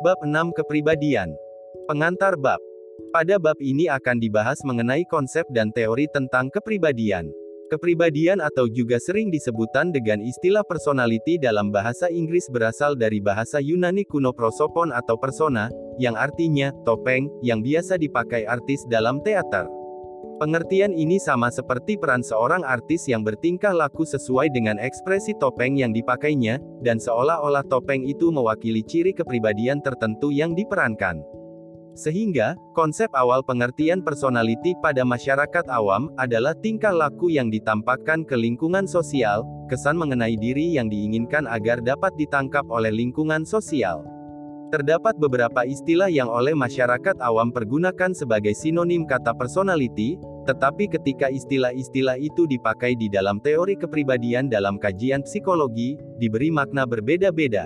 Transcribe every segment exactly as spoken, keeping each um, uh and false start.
Bab enam Kepribadian. Pengantar bab. Pada bab ini akan dibahas mengenai konsep dan teori tentang kepribadian. Kepribadian atau juga sering disebutan dengan istilah personality dalam bahasa Inggris berasal dari bahasa Yunani kuno prosopon atau persona, yang artinya topeng, yang biasa dipakai artis dalam teater. Pengertian ini sama seperti peran seorang artis yang bertingkah laku sesuai dengan ekspresi topeng yang dipakainya, dan seolah-olah topeng itu mewakili ciri kepribadian tertentu yang diperankan. Sehingga, konsep awal pengertian personality pada masyarakat awam adalah tingkah laku yang ditampakkan ke lingkungan sosial, kesan mengenai diri yang diinginkan agar dapat ditangkap oleh lingkungan sosial. Terdapat beberapa istilah yang oleh masyarakat awam pergunakan sebagai sinonim kata personality, tetapi ketika istilah-istilah itu dipakai di dalam teori kepribadian dalam kajian psikologi, diberi makna berbeda-beda.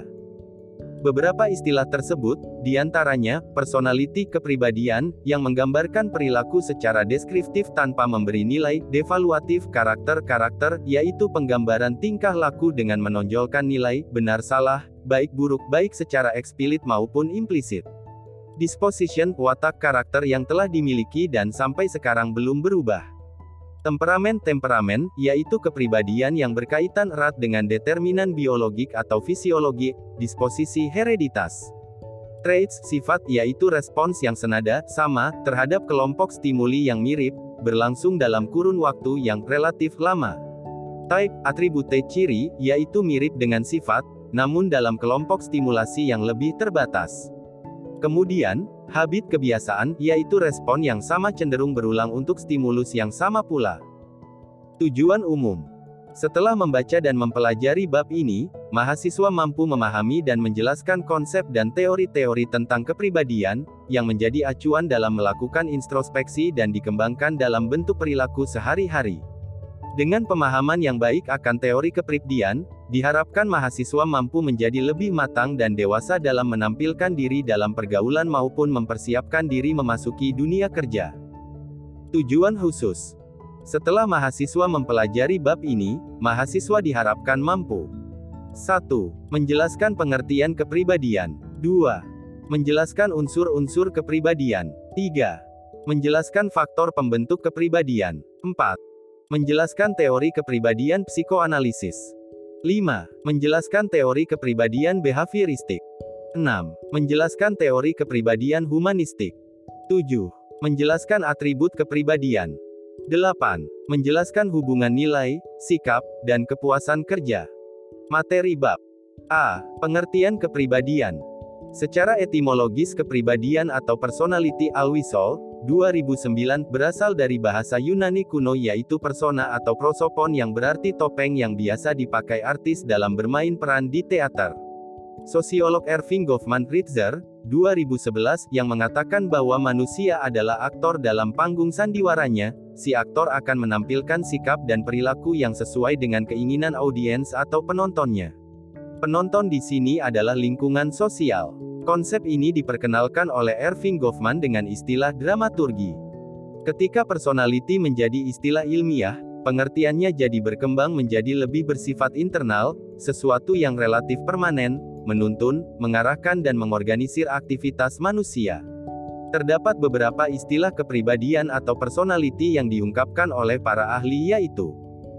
Beberapa istilah tersebut, diantaranya, personality kepribadian, yang menggambarkan perilaku secara deskriptif tanpa memberi nilai, devaluatif karakter-karakter, yaitu penggambaran tingkah laku dengan menonjolkan nilai, benar salah, baik buruk baik secara eksplisit maupun implisit. Disposition, watak karakter yang telah dimiliki dan sampai sekarang belum berubah. Temperamen-temperamen, yaitu kepribadian yang berkaitan erat dengan determinan biologik atau fisiologi, disposisi hereditas. Traits, sifat, yaitu respons yang senada, sama, terhadap kelompok stimuli yang mirip, berlangsung dalam kurun waktu yang relatif lama. Type, atribute ciri, yaitu mirip dengan sifat, namun dalam kelompok stimulasi yang lebih terbatas. Kemudian, habit kebiasaan, yaitu respon yang sama cenderung berulang untuk stimulus yang sama pula. Tujuan umum. Setelah membaca dan mempelajari bab ini, mahasiswa mampu memahami dan menjelaskan konsep dan teori-teori tentang kepribadian, yang menjadi acuan dalam melakukan introspeksi dan dikembangkan dalam bentuk perilaku sehari-hari. Dengan pemahaman yang baik akan teori kepribadian, diharapkan mahasiswa mampu menjadi lebih matang dan dewasa dalam menampilkan diri dalam pergaulan maupun mempersiapkan diri memasuki dunia kerja. Tujuan khusus. Setelah mahasiswa mempelajari bab ini, mahasiswa diharapkan mampu satu. Menjelaskan pengertian kepribadian. dua. Menjelaskan unsur-unsur kepribadian. tiga. Menjelaskan faktor pembentuk kepribadian. empat. Menjelaskan teori kepribadian psikoanalisis. lima. Menjelaskan teori kepribadian behavioristik. enam. Menjelaskan teori kepribadian humanistik. tujuh. Menjelaskan atribut kepribadian. delapan. Menjelaskan hubungan nilai, sikap, dan kepuasan kerja. Materi bab. A. Pengertian kepribadian. Secara etimologis kepribadian atau personality Alwisol, dua ribu sembilan, berasal dari bahasa Yunani kuno yaitu persona atau prosopon yang berarti topeng yang biasa dipakai artis dalam bermain peran di teater. Sosiolog Erving Goffman Ritzer, dua ribu sebelas, yang mengatakan bahwa manusia adalah aktor dalam panggung sandiwaranya, si aktor akan menampilkan sikap dan perilaku yang sesuai dengan keinginan audiens atau penontonnya. Penonton di sini adalah lingkungan sosial. Konsep ini diperkenalkan oleh Erving Goffman dengan istilah dramaturgi. Ketika personality menjadi istilah ilmiah, pengertiannya jadi berkembang menjadi lebih bersifat internal, sesuatu yang relatif permanen, menuntun, mengarahkan dan mengorganisir aktivitas manusia. Terdapat beberapa istilah kepribadian atau personality yang diungkapkan oleh para ahli yaitu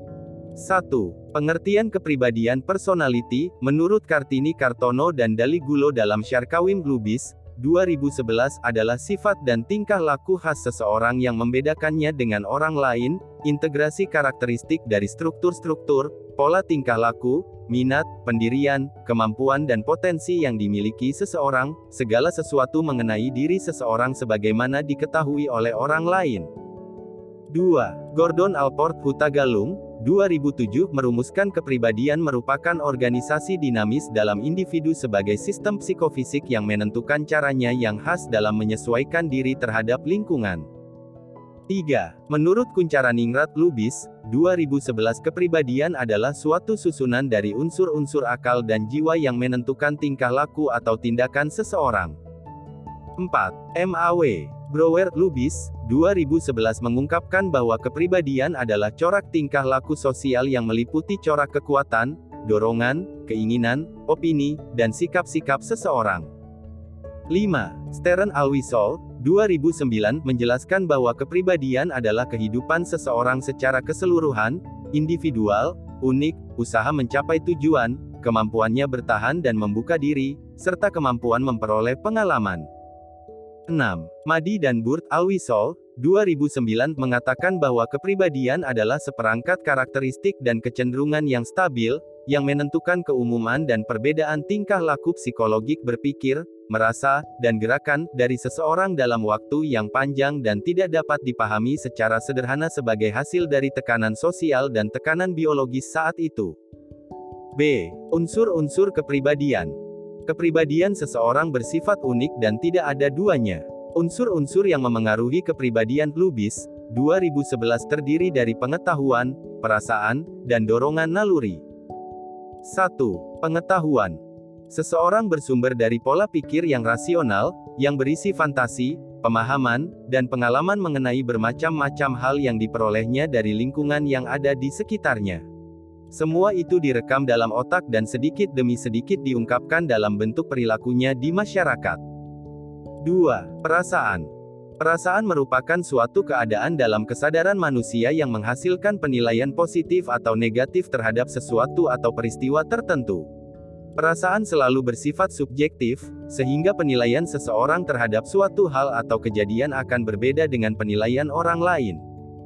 satu. Pengertian kepribadian personality, menurut Kartini Kartono dan Daligulo dalam Syarkawim Lubis, dua ribu sebelas, adalah sifat dan tingkah laku khas seseorang yang membedakannya dengan orang lain, integrasi karakteristik dari struktur-struktur, pola tingkah laku, minat, pendirian, kemampuan dan potensi yang dimiliki seseorang, segala sesuatu mengenai diri seseorang sebagaimana diketahui oleh orang lain. dua. Gordon Allport Hutagalung, dua ribu tujuh, merumuskan kepribadian merupakan organisasi dinamis dalam individu sebagai sistem psikofisik yang menentukan caranya yang khas dalam menyesuaikan diri terhadap lingkungan. tiga. Menurut Kuncharaningrat Lubis, dua ribu sebelas, kepribadian adalah suatu susunan dari unsur-unsur akal dan jiwa yang menentukan tingkah laku atau tindakan seseorang. empat. M A W Brouwer Lubis, dua ribu sebelas, mengungkapkan bahwa kepribadian adalah corak tingkah laku sosial yang meliputi corak kekuatan, dorongan, keinginan, opini, dan sikap-sikap seseorang. lima. Stern Alwisol, dua ribu sembilan, menjelaskan bahwa kepribadian adalah kehidupan seseorang secara keseluruhan, individual, unik, usaha mencapai tujuan, kemampuannya bertahan dan membuka diri, serta kemampuan memperoleh pengalaman. enam. Madi dan Burt Alwisol, dua ribu sembilan, mengatakan bahwa kepribadian adalah seperangkat karakteristik dan kecenderungan yang stabil, yang menentukan keumuman dan perbedaan tingkah laku psikologik berpikir, merasa, dan gerakan, dari seseorang dalam waktu yang panjang dan tidak dapat dipahami secara sederhana sebagai hasil dari tekanan sosial dan tekanan biologis saat itu. B. Unsur-unsur kepribadian. Kepribadian seseorang bersifat unik dan tidak ada duanya. Unsur-unsur yang memengaruhi kepribadian Lubis, dua ribu sebelas, terdiri dari pengetahuan, perasaan, dan dorongan naluri. satu. Pengetahuan. Seseorang bersumber dari pola pikir yang rasional, yang berisi fantasi, pemahaman, dan pengalaman mengenai bermacam-macam hal yang diperolehnya dari lingkungan yang ada di sekitarnya. Semua itu direkam dalam otak dan sedikit demi sedikit diungkapkan dalam bentuk perilakunya di masyarakat. dua. Perasaan. Perasaan merupakan suatu keadaan dalam kesadaran manusia yang menghasilkan penilaian positif atau negatif terhadap sesuatu atau peristiwa tertentu. Perasaan selalu bersifat subjektif, sehingga penilaian seseorang terhadap suatu hal atau kejadian akan berbeda dengan penilaian orang lain.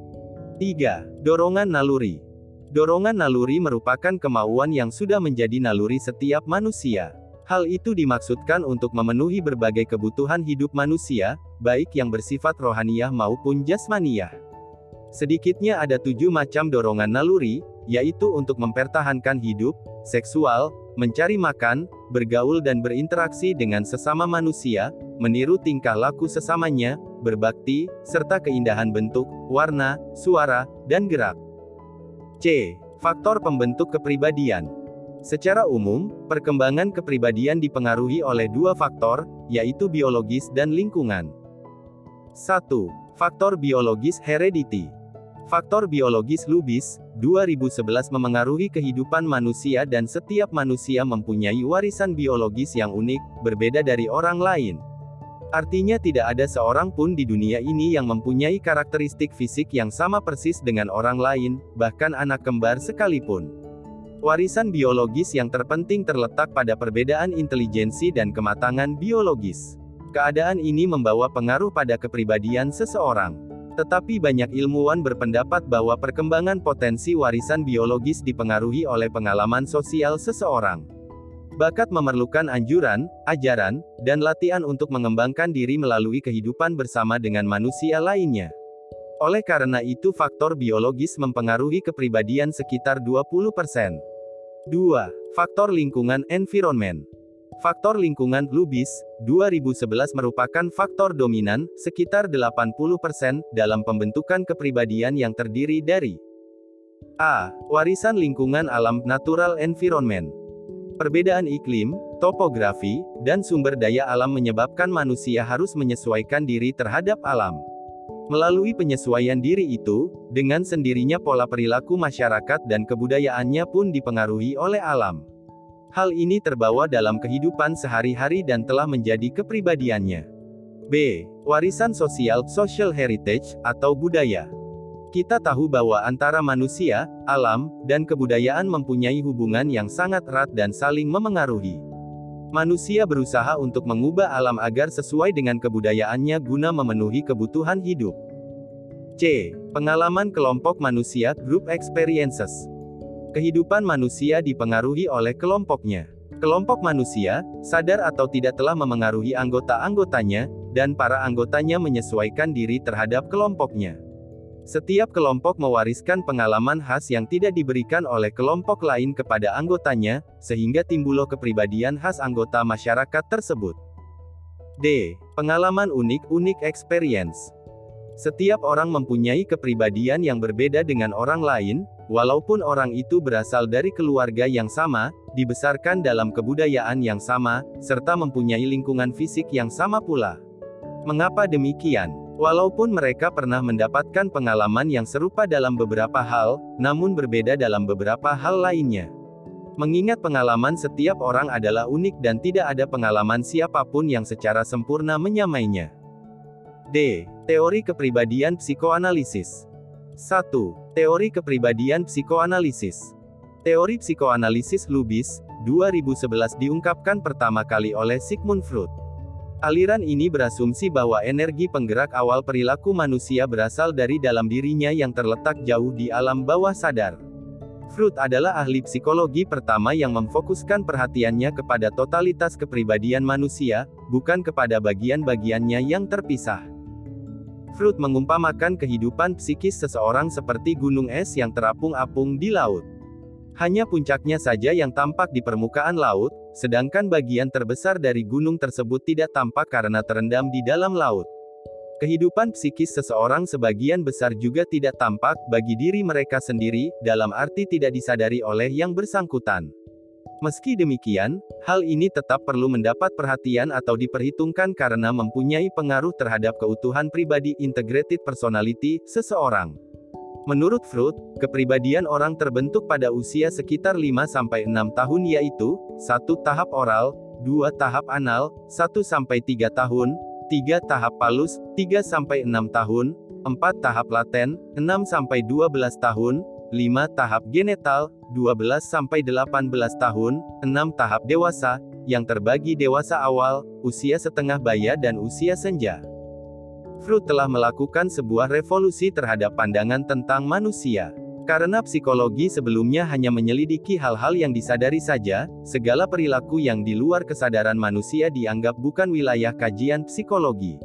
tiga. Dorongan naluri. Dorongan naluri merupakan kemauan yang sudah menjadi naluri setiap manusia. Hal itu dimaksudkan untuk memenuhi berbagai kebutuhan hidup manusia, baik yang bersifat rohaniyah maupun jasmaniyah. Sedikitnya ada tujuh macam dorongan naluri, yaitu untuk mempertahankan hidup, seksual, mencari makan, bergaul dan berinteraksi dengan sesama manusia, meniru tingkah laku sesamanya, berbakti, serta keindahan bentuk, warna, suara, dan gerak. C. Faktor pembentuk kepribadian. Secara umum, perkembangan kepribadian dipengaruhi oleh dua faktor, yaitu biologis dan lingkungan. satu. Faktor biologis heredity. Faktor biologis Lubis, dua ribu sebelas, memengaruhi kehidupan manusia dan setiap manusia mempunyai warisan biologis yang unik, berbeda dari orang lain. Artinya tidak ada seorang pun di dunia ini yang mempunyai karakteristik fisik yang sama persis dengan orang lain, bahkan anak kembar sekalipun. Warisan biologis yang terpenting terletak pada perbedaan intelijensi dan kematangan biologis. Keadaan ini membawa pengaruh pada kepribadian seseorang. Tetapi banyak ilmuwan berpendapat bahwa perkembangan potensi warisan biologis dipengaruhi oleh pengalaman sosial seseorang. Bakat memerlukan anjuran, ajaran, dan latihan untuk mengembangkan diri melalui kehidupan bersama dengan manusia lainnya. Oleh karena itu faktor biologis mempengaruhi kepribadian sekitar dua puluh persen. dua. Faktor lingkungan environment. Faktor lingkungan Lubis, dua ribu sebelas, merupakan faktor dominan, sekitar delapan puluh persen, dalam pembentukan kepribadian yang terdiri dari A. Warisan lingkungan alam natural environment. Perbedaan iklim, topografi, dan sumber daya alam menyebabkan manusia harus menyesuaikan diri terhadap alam. Melalui penyesuaian diri itu, dengan sendirinya pola perilaku masyarakat dan kebudayaannya pun dipengaruhi oleh alam. Hal ini terbawa dalam kehidupan sehari-hari dan telah menjadi kepribadiannya. B. Warisan sosial, social heritage, atau budaya. Kita tahu bahwa antara manusia, alam, dan kebudayaan mempunyai hubungan yang sangat erat dan saling memengaruhi. Manusia berusaha untuk mengubah alam agar sesuai dengan kebudayaannya guna memenuhi kebutuhan hidup. C. Pengalaman kelompok manusia, group experiences. Kehidupan manusia dipengaruhi oleh kelompoknya. Kelompok manusia, sadar atau tidak, telah memengaruhi anggota-anggotanya, dan para anggotanya menyesuaikan diri terhadap kelompoknya. Setiap kelompok mewariskan pengalaman khas yang tidak diberikan oleh kelompok lain kepada anggotanya, sehingga timbullah kepribadian khas anggota masyarakat tersebut. D. Pengalaman unik, unique experience. Setiap orang mempunyai kepribadian yang berbeda dengan orang lain, walaupun orang itu berasal dari keluarga yang sama, dibesarkan dalam kebudayaan yang sama, serta mempunyai lingkungan fisik yang sama pula. Mengapa demikian? Walaupun mereka pernah mendapatkan pengalaman yang serupa dalam beberapa hal, namun berbeda dalam beberapa hal lainnya. Mengingat pengalaman setiap orang adalah unik dan tidak ada pengalaman siapapun yang secara sempurna menyamainya. D. Teori kepribadian psikoanalisis. satu. Teori kepribadian psikoanalisis. Teori psikoanalisis Lubis, dua ribu sebelas diungkapkan pertama kali oleh Sigmund Freud. Aliran ini berasumsi bahwa energi penggerak awal perilaku manusia berasal dari dalam dirinya yang terletak jauh di alam bawah sadar. Freud adalah ahli psikologi pertama yang memfokuskan perhatiannya kepada totalitas kepribadian manusia, bukan kepada bagian-bagiannya yang terpisah. Freud mengumpamakan kehidupan psikis seseorang seperti gunung es yang terapung-apung di laut. Hanya puncaknya saja yang tampak di permukaan laut, sedangkan bagian terbesar dari gunung tersebut tidak tampak karena terendam di dalam laut. Kehidupan psikis seseorang sebagian besar juga tidak tampak bagi diri mereka sendiri, dalam arti tidak disadari oleh yang bersangkutan. Meski demikian, hal ini tetap perlu mendapat perhatian atau diperhitungkan karena mempunyai pengaruh terhadap keutuhan pribadi integrated personality seseorang. Menurut Freud, kepribadian orang terbentuk pada usia sekitar lima sampai enam tahun yaitu, satu tahap oral, dua tahap anal, satu sampai tiga tahun, tiga tahap palus, tiga sampai enam tahun, empat tahap laten, enam sampai dua belas tahun, lima tahap genetal, dua belas sampai delapan belas tahun, enam tahap dewasa, yang terbagi dewasa awal, usia setengah baya dan usia senja. Freud telah melakukan sebuah revolusi terhadap pandangan tentang manusia. Karena psikologi sebelumnya hanya menyelidiki hal-hal yang disadari saja, segala perilaku yang di luar kesadaran manusia dianggap bukan wilayah kajian psikologi.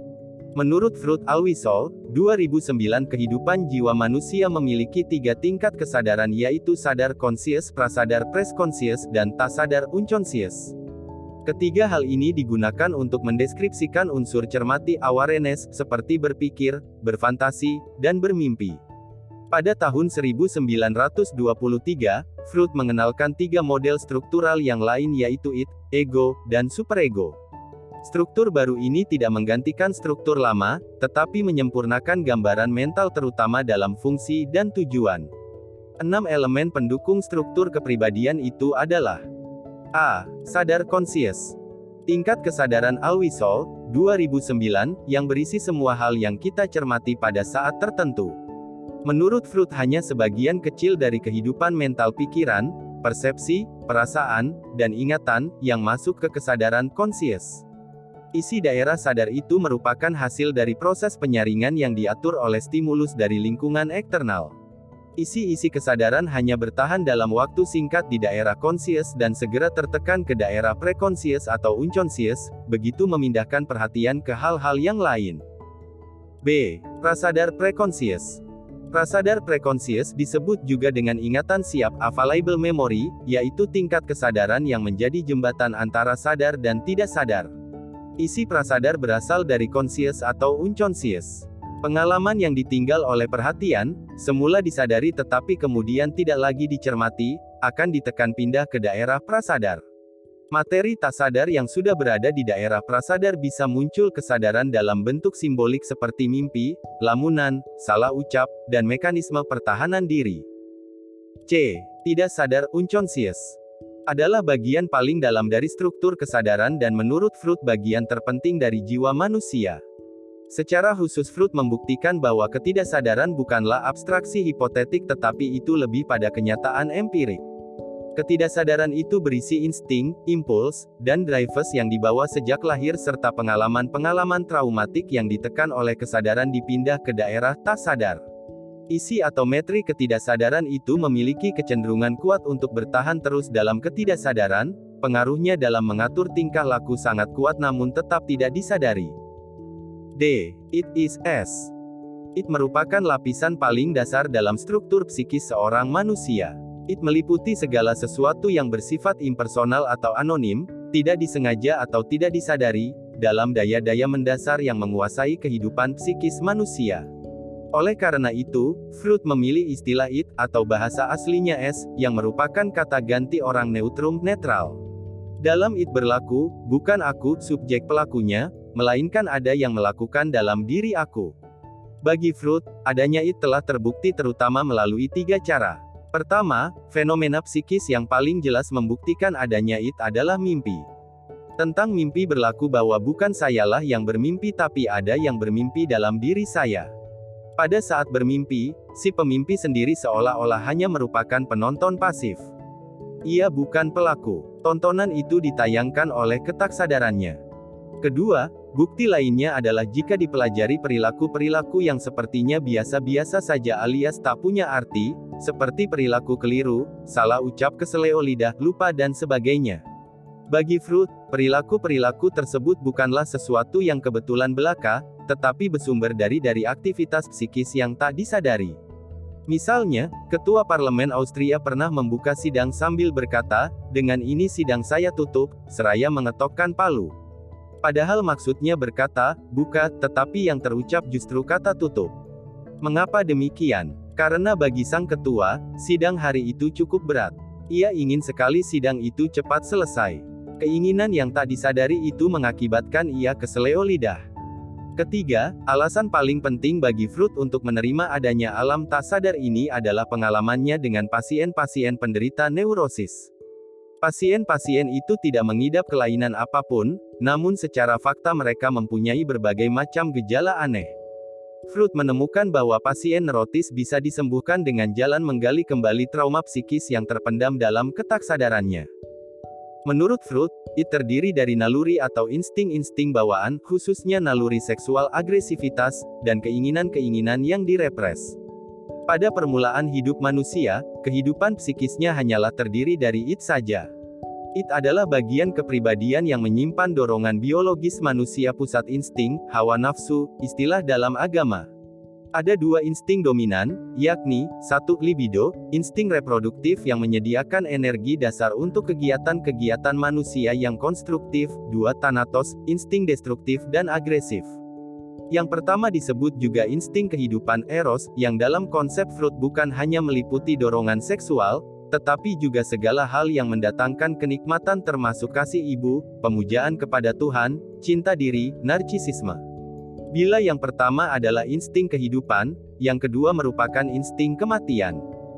Menurut Freud Alwisol, dua ribu sembilan kehidupan jiwa manusia memiliki tiga tingkat kesadaran yaitu sadar conscious, prasadar presconscious, dan tasadar unconscious. Ketiga hal ini digunakan untuk mendeskripsikan unsur cermati awareness, seperti berpikir, berfantasi, dan bermimpi. Pada tahun seribu sembilan ratus dua puluh tiga, Freud mengenalkan tiga model struktural yang lain yaitu id, ego, dan superego. Struktur baru ini tidak menggantikan struktur lama, tetapi menyempurnakan gambaran mental terutama dalam fungsi dan tujuan. Enam elemen pendukung struktur kepribadian itu adalah A. Sadar conscious. Tingkat kesadaran Alwisol, dua ribu sembilan, yang berisi semua hal yang kita cermati pada saat tertentu. Menurut Freud hanya sebagian kecil dari kehidupan mental pikiran, persepsi, perasaan, dan ingatan, yang masuk ke kesadaran conscious. Isi daerah sadar itu merupakan hasil dari proses penyaringan yang diatur oleh stimulus dari lingkungan eksternal. Isi-isi kesadaran hanya bertahan dalam waktu singkat di daerah conscious dan segera tertekan ke daerah preconscious atau unconscious, begitu memindahkan perhatian ke hal-hal yang lain. B. Prasadar preconscious. Prasadar preconscious disebut juga dengan ingatan siap available memory, yaitu tingkat kesadaran yang menjadi jembatan antara sadar dan tidak sadar. Isi prasadar berasal dari conscious atau unconscious. Pengalaman yang ditinggal oleh perhatian, semula disadari tetapi kemudian tidak lagi dicermati, akan ditekan pindah ke daerah prasadar. Materi tak sadar yang sudah berada di daerah prasadar bisa muncul kesadaran dalam bentuk simbolik seperti mimpi, lamunan, salah ucap, dan mekanisme pertahanan diri. C. Tidak sadar unconscious adalah bagian paling dalam dari struktur kesadaran dan menurut Freud bagian terpenting dari jiwa manusia. Secara khusus Freud membuktikan bahwa ketidaksadaran bukanlah abstraksi hipotetik tetapi itu lebih pada kenyataan empirik. Ketidaksadaran itu berisi insting, impuls, dan drives yang dibawa sejak lahir serta pengalaman-pengalaman traumatik yang ditekan oleh kesadaran dipindah ke daerah tak sadar. Isi atau metri ketidaksadaran itu memiliki kecenderungan kuat untuk bertahan terus dalam ketidaksadaran, pengaruhnya dalam mengatur tingkah laku sangat kuat namun tetap tidak disadari. D. It is S. It merupakan lapisan paling dasar dalam struktur psikis seorang manusia. It meliputi segala sesuatu yang bersifat impersonal atau anonim, tidak disengaja atau tidak disadari, dalam daya-daya mendasar yang menguasai kehidupan psikis manusia. Oleh karena itu, Freud memilih istilah it, atau bahasa aslinya S, yang merupakan kata ganti orang neutrum netral. Dalam it berlaku, bukan aku, subjek pelakunya, melainkan ada yang melakukan dalam diri aku. Bagi Freud, adanya it telah terbukti terutama melalui tiga cara. Pertama, fenomena psikis yang paling jelas membuktikan adanya id adalah mimpi. Tentang mimpi berlaku bahwa bukan sayalah yang bermimpi tapi ada yang bermimpi dalam diri saya. Pada saat bermimpi, si pemimpi sendiri seolah-olah hanya merupakan penonton pasif. Ia bukan pelaku. Tontonan itu ditayangkan oleh ketaksadarannya. Kedua, bukti lainnya adalah jika dipelajari perilaku-perilaku yang sepertinya biasa-biasa saja alias tak punya arti, seperti perilaku keliru, salah ucap, keseleo lidah, lupa dan sebagainya. Bagi Freud, perilaku-perilaku tersebut bukanlah sesuatu yang kebetulan belaka, tetapi bersumber dari dari aktivitas psikis yang tak disadari. Misalnya, Ketua Parlemen Austria pernah membuka sidang sambil berkata, "Dengan ini sidang saya tutup," seraya mengetokkan palu. Padahal maksudnya berkata, "buka," tetapi yang terucap justru kata "tutup." Mengapa demikian? Karena bagi sang ketua, sidang hari itu cukup berat. Ia ingin sekali sidang itu cepat selesai. Keinginan yang tak disadari itu mengakibatkan ia keseleo lidah. Ketiga, alasan paling penting bagi Freud untuk menerima adanya alam tak sadar ini adalah pengalamannya dengan pasien-pasien penderita neurosis. Pasien-pasien itu tidak mengidap kelainan apapun, namun secara fakta mereka mempunyai berbagai macam gejala aneh. Freud menemukan bahwa pasien neurotis bisa disembuhkan dengan jalan menggali kembali trauma psikis yang terpendam dalam ketaksadarannya. Menurut Freud, id terdiri dari naluri atau insting-insting bawaan, khususnya naluri seksual agresivitas, dan keinginan-keinginan yang direpres. Pada permulaan hidup manusia, kehidupan psikisnya hanyalah terdiri dari id saja. Id adalah bagian kepribadian yang menyimpan dorongan biologis manusia pusat insting, hawa nafsu, istilah dalam agama. Ada dua insting dominan, yakni, satu, libido, insting reproduktif yang menyediakan energi dasar untuk kegiatan-kegiatan manusia yang konstruktif, dua, thanatos, insting destruktif dan agresif. Yang pertama disebut juga insting kehidupan eros, yang dalam konsep Freud bukan hanya meliputi dorongan seksual, tetapi juga segala hal yang mendatangkan kenikmatan termasuk kasih ibu, pemujaan kepada Tuhan, cinta diri, narsisisme. Bila yang pertama adalah insting kehidupan, yang kedua merupakan insting kematian.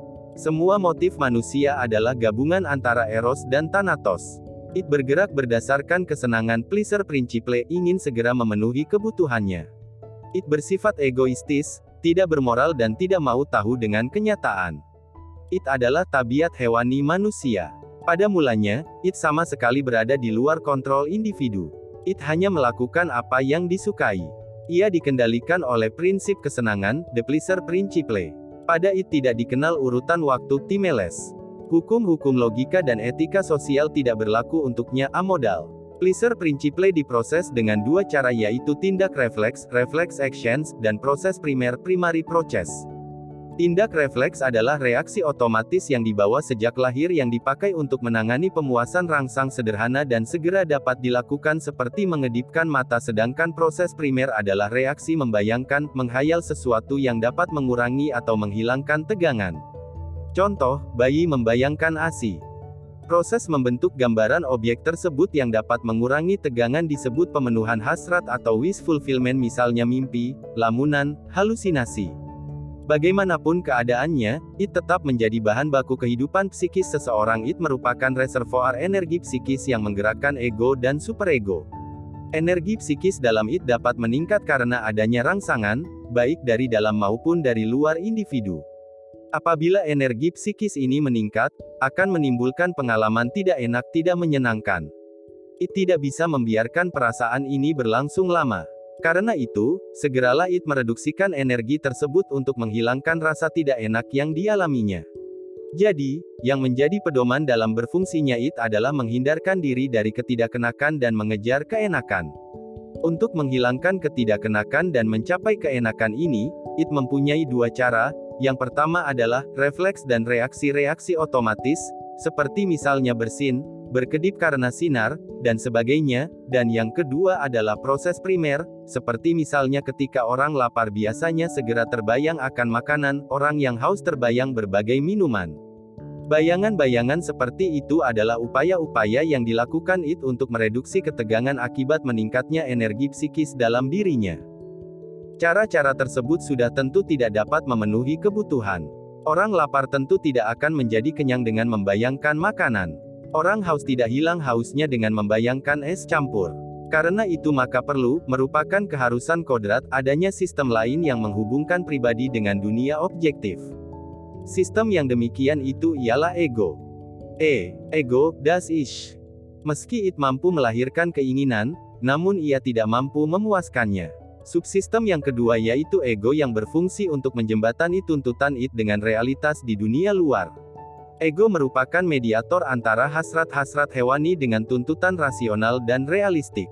Semua motif manusia adalah gabungan antara eros dan thanatos. Id bergerak berdasarkan kesenangan pleasure principle, ingin segera memenuhi kebutuhannya. Id bersifat egoistis, tidak bermoral dan tidak mau tahu dengan kenyataan. Id adalah tabiat hewani manusia. Pada mulanya, id sama sekali berada di luar kontrol individu. Id hanya melakukan apa yang disukai. Ia dikendalikan oleh prinsip kesenangan, the pleasure principle. Pada id tidak dikenal urutan waktu timeles. Hukum-hukum logika dan etika sosial tidak berlaku untuknya amodal. Pleasure principle diproses dengan dua cara yaitu tindak refleks, reflex actions, dan proses primer, primary process. Tindak refleks adalah reaksi otomatis yang dibawa sejak lahir yang dipakai untuk menangani pemuasan rangsang sederhana dan segera dapat dilakukan seperti mengedipkan mata, sedangkan proses primer adalah reaksi membayangkan, menghayal sesuatu yang dapat mengurangi atau menghilangkan tegangan. Contoh, bayi membayangkan A S I. Proses membentuk gambaran objek tersebut yang dapat mengurangi tegangan disebut pemenuhan hasrat atau wish fulfillment, misalnya mimpi, lamunan, halusinasi. Bagaimanapun keadaannya, id tetap menjadi bahan baku kehidupan psikis seseorang. Id merupakan reservoir energi psikis yang menggerakkan ego dan superego. Energi psikis dalam id dapat meningkat karena adanya rangsangan, baik dari dalam maupun dari luar individu. Apabila energi psikis ini meningkat, akan menimbulkan pengalaman tidak enak, tidak menyenangkan. Id tidak bisa membiarkan perasaan ini berlangsung lama. Karena itu, segeralah id mereduksikan energi tersebut untuk menghilangkan rasa tidak enak yang dialaminya. Jadi, yang menjadi pedoman dalam berfungsinya id adalah menghindarkan diri dari ketidakkenakan dan mengejar keenakan. Untuk menghilangkan ketidakkenakan dan mencapai keenakan ini, id mempunyai dua cara. Yang pertama adalah refleks dan reaksi-reaksi otomatis, seperti misalnya bersin, berkedip karena sinar, dan sebagainya, dan yang kedua adalah proses primer, seperti misalnya ketika orang lapar biasanya segera terbayang akan makanan, orang yang haus terbayang berbagai minuman. Bayangan-bayangan seperti itu adalah upaya-upaya yang dilakukan id untuk mereduksi ketegangan akibat meningkatnya energi psikis dalam dirinya. Cara-cara tersebut sudah tentu tidak dapat memenuhi kebutuhan. Orang lapar tentu tidak akan menjadi kenyang dengan membayangkan makanan. Orang haus tidak hilang hausnya dengan membayangkan es campur. Karena itu maka perlu, merupakan keharusan kodrat, adanya sistem lain yang menghubungkan pribadi dengan dunia objektif. Sistem yang demikian itu ialah ego. E. Ego, das Ich. Meski it mampu melahirkan keinginan, namun ia tidak mampu memuaskannya. Subsistem yang kedua yaitu ego yang berfungsi untuk menjembatani tuntutan it dengan realitas di dunia luar. Ego merupakan mediator antara hasrat-hasrat hewani dengan tuntutan rasional dan realistik.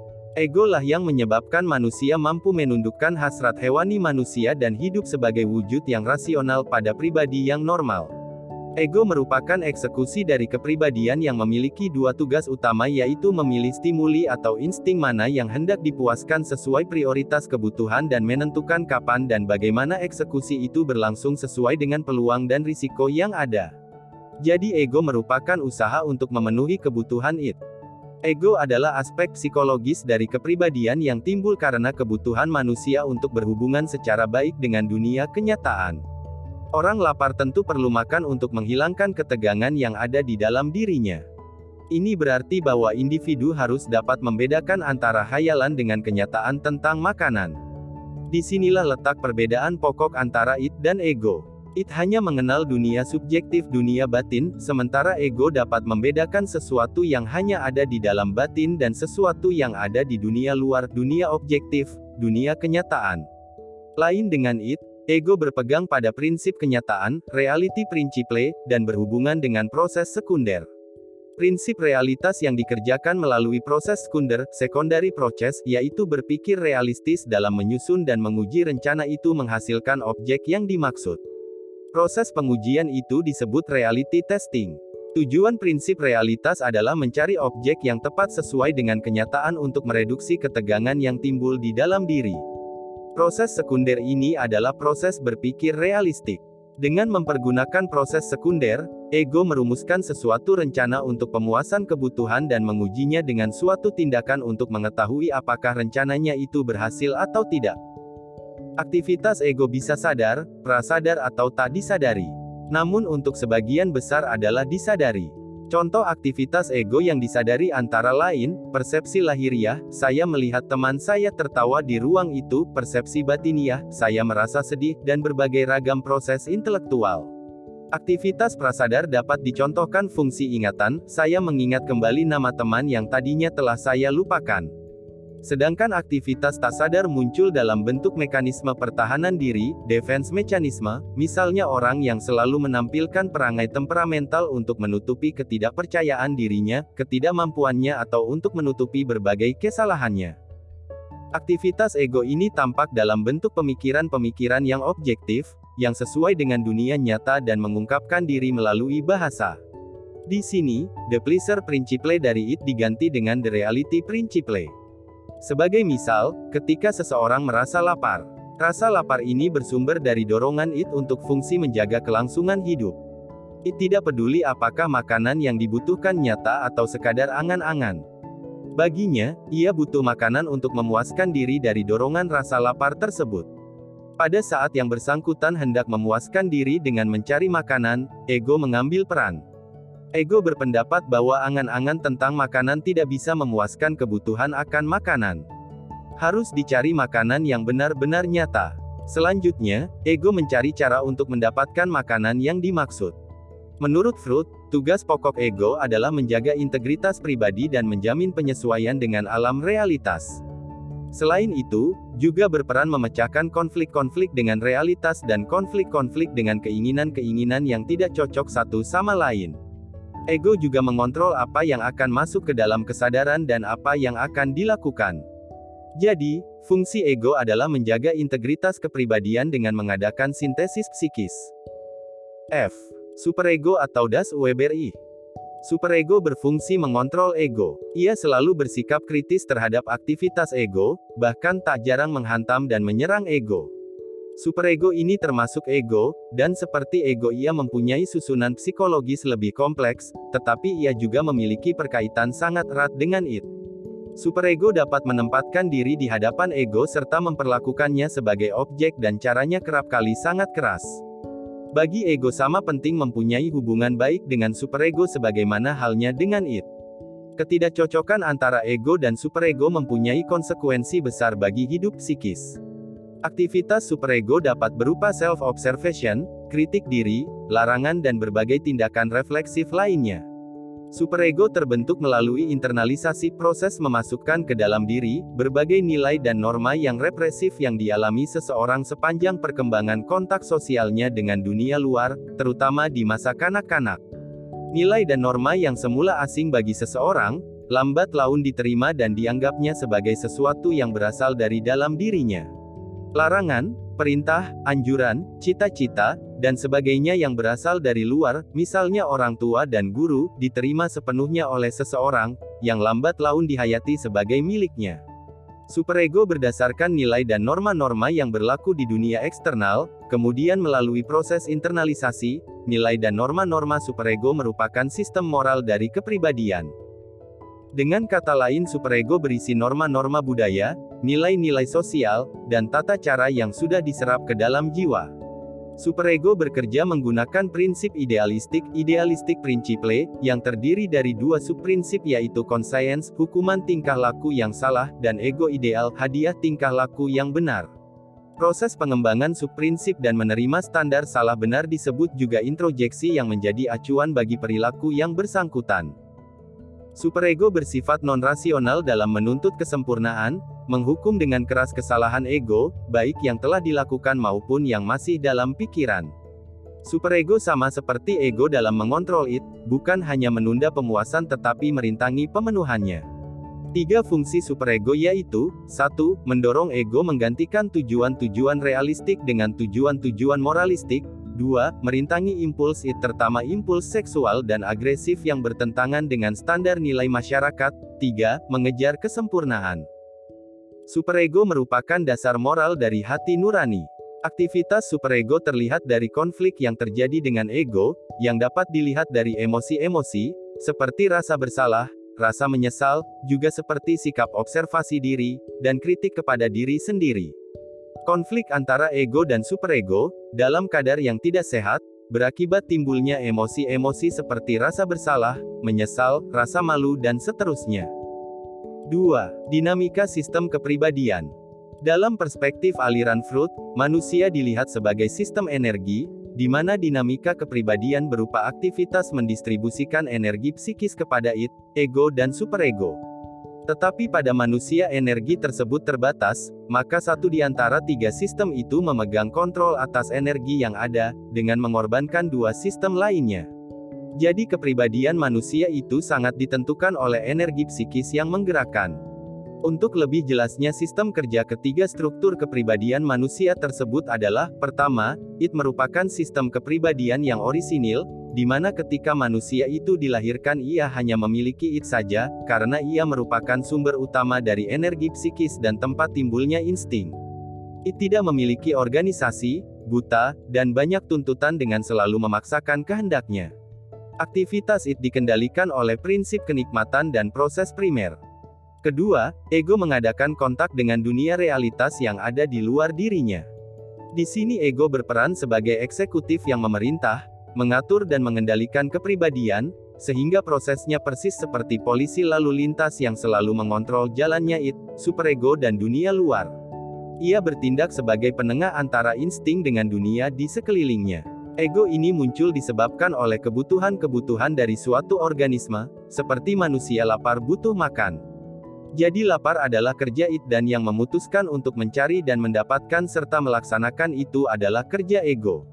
Ego lah yang menyebabkan manusia mampu menundukkan hasrat hewani manusia dan hidup sebagai wujud yang rasional pada pribadi yang normal. Ego merupakan eksekusi dari kepribadian yang memiliki dua tugas utama yaitu memilih stimuli atau insting mana yang hendak dipuaskan sesuai prioritas kebutuhan dan menentukan kapan dan bagaimana eksekusi itu berlangsung sesuai dengan peluang dan risiko yang ada. Jadi ego merupakan usaha untuk memenuhi kebutuhan it. Ego adalah aspek psikologis dari kepribadian yang timbul karena kebutuhan manusia untuk berhubungan secara baik dengan dunia kenyataan. Orang lapar tentu perlu makan untuk menghilangkan ketegangan yang ada di dalam dirinya. Ini berarti bahwa individu harus dapat membedakan antara khayalan dengan kenyataan tentang makanan. Disinilah letak perbedaan pokok antara it dan ego. It hanya mengenal dunia subjektif dunia batin, sementara ego dapat membedakan sesuatu yang hanya ada di dalam batin dan sesuatu yang ada di dunia luar, dunia objektif, dunia kenyataan. Lain dengan it, ego berpegang pada prinsip kenyataan, reality principle, dan berhubungan dengan proses sekunder. Prinsip realitas yang dikerjakan melalui proses sekunder, secondary process, yaitu berpikir realistis dalam menyusun dan menguji rencana itu menghasilkan objek yang dimaksud. Proses pengujian itu disebut reality testing. Tujuan prinsip realitas adalah mencari objek yang tepat sesuai dengan kenyataan untuk mereduksi ketegangan yang timbul di dalam diri. Proses sekunder ini adalah proses berpikir realistik. Dengan mempergunakan proses sekunder, ego merumuskan sesuatu rencana untuk pemuasan kebutuhan dan mengujinya dengan suatu tindakan untuk mengetahui apakah rencananya itu berhasil atau tidak. Aktivitas ego bisa sadar, prasadar atau tak disadari. Namun untuk sebagian besar adalah disadari. Contoh aktivitas ego yang disadari antara lain, persepsi lahiriah, saya melihat teman saya tertawa di ruang itu, persepsi batiniah, saya merasa sedih, dan berbagai ragam proses intelektual. Aktivitas prasadar dapat dicontohkan fungsi ingatan, saya mengingat kembali nama teman yang tadinya telah saya lupakan. Sedangkan aktivitas tak sadar muncul dalam bentuk mekanisme pertahanan diri, defense mechanism, misalnya orang yang selalu menampilkan perangai temperamental untuk menutupi ketidakpercayaan dirinya, ketidakmampuannya atau untuk menutupi berbagai kesalahannya. Aktivitas ego ini tampak dalam bentuk pemikiran-pemikiran yang objektif, yang sesuai dengan dunia nyata dan mengungkapkan diri melalui bahasa. Di sini, the pleasure principle dari it diganti dengan the reality principle. Sebagai misal, ketika seseorang merasa lapar, rasa lapar ini bersumber dari dorongan it untuk fungsi menjaga kelangsungan hidup. It tidak peduli apakah makanan yang dibutuhkan nyata atau sekadar angan-angan. Baginya, ia butuh makanan untuk memuaskan diri dari dorongan rasa lapar tersebut. Pada saat yang bersangkutan hendak memuaskan diri dengan mencari makanan, ego mengambil peran. Ego berpendapat bahwa angan-angan tentang makanan tidak bisa memuaskan kebutuhan akan makanan. Harus dicari makanan yang benar-benar nyata. Selanjutnya, ego mencari cara untuk mendapatkan makanan yang dimaksud. Menurut Freud, tugas pokok ego adalah menjaga integritas pribadi dan menjamin penyesuaian dengan alam realitas. Selain itu, juga berperan memecahkan konflik-konflik dengan realitas dan konflik-konflik dengan keinginan-keinginan yang tidak cocok satu sama lain. Ego juga mengontrol apa yang akan masuk ke dalam kesadaran dan apa yang akan dilakukan. Jadi, fungsi ego adalah menjaga integritas kepribadian dengan mengadakan sintesis psikis. F. Superego atau das Weber I. Superego berfungsi mengontrol ego. Ia selalu bersikap kritis terhadap aktivitas ego, bahkan tak jarang menghantam dan menyerang ego. Superego ini termasuk ego, dan seperti ego ia mempunyai susunan psikologis lebih kompleks, tetapi ia juga memiliki perkaitan sangat erat dengan it. Superego dapat menempatkan diri di hadapan ego serta memperlakukannya sebagai objek dan caranya kerap kali sangat keras. Bagi ego sama penting mempunyai hubungan baik dengan superego sebagaimana halnya dengan id. Ketidakcocokan antara ego dan superego mempunyai konsekuensi besar bagi hidup psikis. Aktivitas superego dapat berupa self-observation, kritik diri, larangan dan berbagai tindakan refleksif lainnya. Superego terbentuk melalui internalisasi proses memasukkan ke dalam diri, berbagai nilai dan norma yang represif yang dialami seseorang sepanjang perkembangan kontak sosialnya dengan dunia luar, terutama di masa kanak-kanak. Nilai dan norma yang semula asing bagi seseorang, lambat laun diterima dan dianggapnya sebagai sesuatu yang berasal dari dalam dirinya. Larangan, perintah, anjuran, cita-cita, dan sebagainya yang berasal dari luar, misalnya orang tua dan guru, diterima sepenuhnya oleh seseorang, yang lambat laun dihayati sebagai miliknya. Superego berdasarkan nilai dan norma-norma yang berlaku di dunia eksternal, kemudian melalui proses internalisasi, nilai dan norma-norma superego merupakan sistem moral dari kepribadian. Dengan kata lain superego berisi norma-norma budaya, nilai-nilai sosial, dan tata cara yang sudah diserap ke dalam jiwa. Superego bekerja menggunakan prinsip idealistik, idealistik principle, yang terdiri dari dua subprinsip yaitu conscience, hukuman tingkah laku yang salah, dan ego ideal, hadiah tingkah laku yang benar. Proses pengembangan subprinsip dan menerima standar salah benar disebut juga introjeksi yang menjadi acuan bagi perilaku yang bersangkutan. Superego bersifat non-rasional dalam menuntut kesempurnaan, menghukum dengan keras kesalahan ego, baik yang telah dilakukan maupun yang masih dalam pikiran. Superego sama seperti ego dalam mengontrol id, bukan hanya menunda pemuasan tetapi merintangi pemenuhannya. Tiga fungsi superego yaitu, satu. Mendorong ego menggantikan tujuan-tujuan realistik dengan tujuan-tujuan moralistik. Dua. Merintangi impuls id terutama impuls seksual dan agresif yang bertentangan dengan standar nilai masyarakat. Tiga. Mengejar kesempurnaan. Superego merupakan dasar moral dari hati nurani. Aktivitas superego terlihat dari konflik yang terjadi dengan ego, yang dapat dilihat dari emosi-emosi, seperti rasa bersalah, rasa menyesal, juga seperti sikap observasi diri, dan kritik kepada diri sendiri. Konflik antara ego dan superego, dalam kadar yang tidak sehat, berakibat timbulnya emosi-emosi seperti rasa bersalah, menyesal, rasa malu dan seterusnya. Dua. Dinamika sistem kepribadian. Dalam perspektif aliran Freud, manusia dilihat sebagai sistem energi, di mana dinamika kepribadian berupa aktivitas mendistribusikan energi psikis kepada id, ego dan superego. Tetapi pada manusia energi tersebut terbatas, maka satu di antara tiga sistem itu memegang kontrol atas energi yang ada, dengan mengorbankan dua sistem lainnya. Jadi kepribadian manusia itu sangat ditentukan oleh energi psikis yang menggerakkan. Untuk lebih jelasnya sistem kerja ketiga struktur kepribadian manusia tersebut adalah, pertama, id merupakan sistem kepribadian yang orisinil, di mana ketika manusia itu dilahirkan ia hanya memiliki id saja, karena ia merupakan sumber utama dari energi psikis dan tempat timbulnya insting. Id tidak memiliki organisasi, buta, dan banyak tuntutan dengan selalu memaksakan kehendaknya. Aktivitas id dikendalikan oleh prinsip kenikmatan dan proses primer. Kedua, ego mengadakan kontak dengan dunia realitas yang ada di luar dirinya. Di sini ego berperan sebagai eksekutif yang memerintah, mengatur dan mengendalikan kepribadian, sehingga prosesnya persis seperti polisi lalu lintas yang selalu mengontrol jalannya id, superego dan dunia luar. Ia bertindak sebagai penengah antara insting dengan dunia di sekelilingnya. Ego ini muncul disebabkan oleh kebutuhan-kebutuhan dari suatu organisme, seperti manusia lapar butuh makan. Jadi lapar adalah kerja id dan yang memutuskan untuk mencari dan mendapatkan serta melaksanakan itu adalah kerja ego.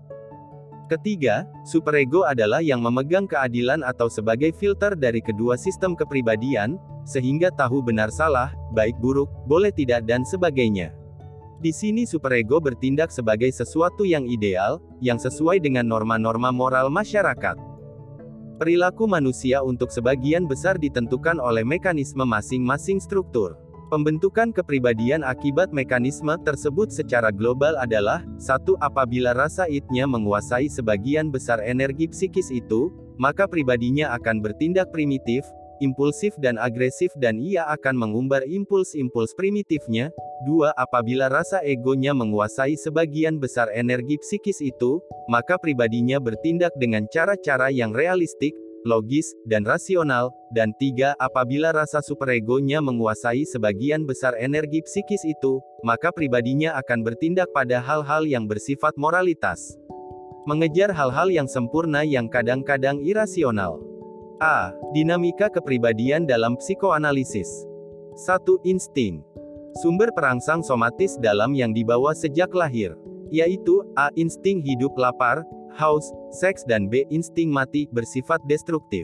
Ketiga, superego adalah yang memegang keadilan atau sebagai filter dari kedua sistem kepribadian, sehingga tahu benar salah, baik buruk, boleh tidak dan sebagainya. Di sini superego bertindak sebagai sesuatu yang ideal, yang sesuai dengan norma-norma moral masyarakat. Perilaku manusia untuk sebagian besar ditentukan oleh mekanisme masing-masing struktur. Pembentukan kepribadian akibat mekanisme tersebut secara global adalah, satu. Apabila rasa id-nya menguasai sebagian besar energi psikis itu, maka pribadinya akan bertindak primitif, impulsif dan agresif dan ia akan mengumbar impuls-impuls primitifnya. Dua Apabila rasa egonya menguasai sebagian besar energi psikis itu, maka pribadinya bertindak dengan cara-cara yang realistik, logis, dan rasional. Dan tiga Apabila rasa superegonya menguasai sebagian besar energi psikis itu, maka pribadinya akan bertindak pada hal-hal yang bersifat moralitas. Mengejar hal-hal yang sempurna yang kadang-kadang irasional. A. Dinamika kepribadian dalam psikoanalisis. satu. Insting. Sumber perangsang somatis dalam yang dibawa sejak lahir, yaitu A. Insting hidup lapar, haus, seks dan B. Insting mati, bersifat destruktif.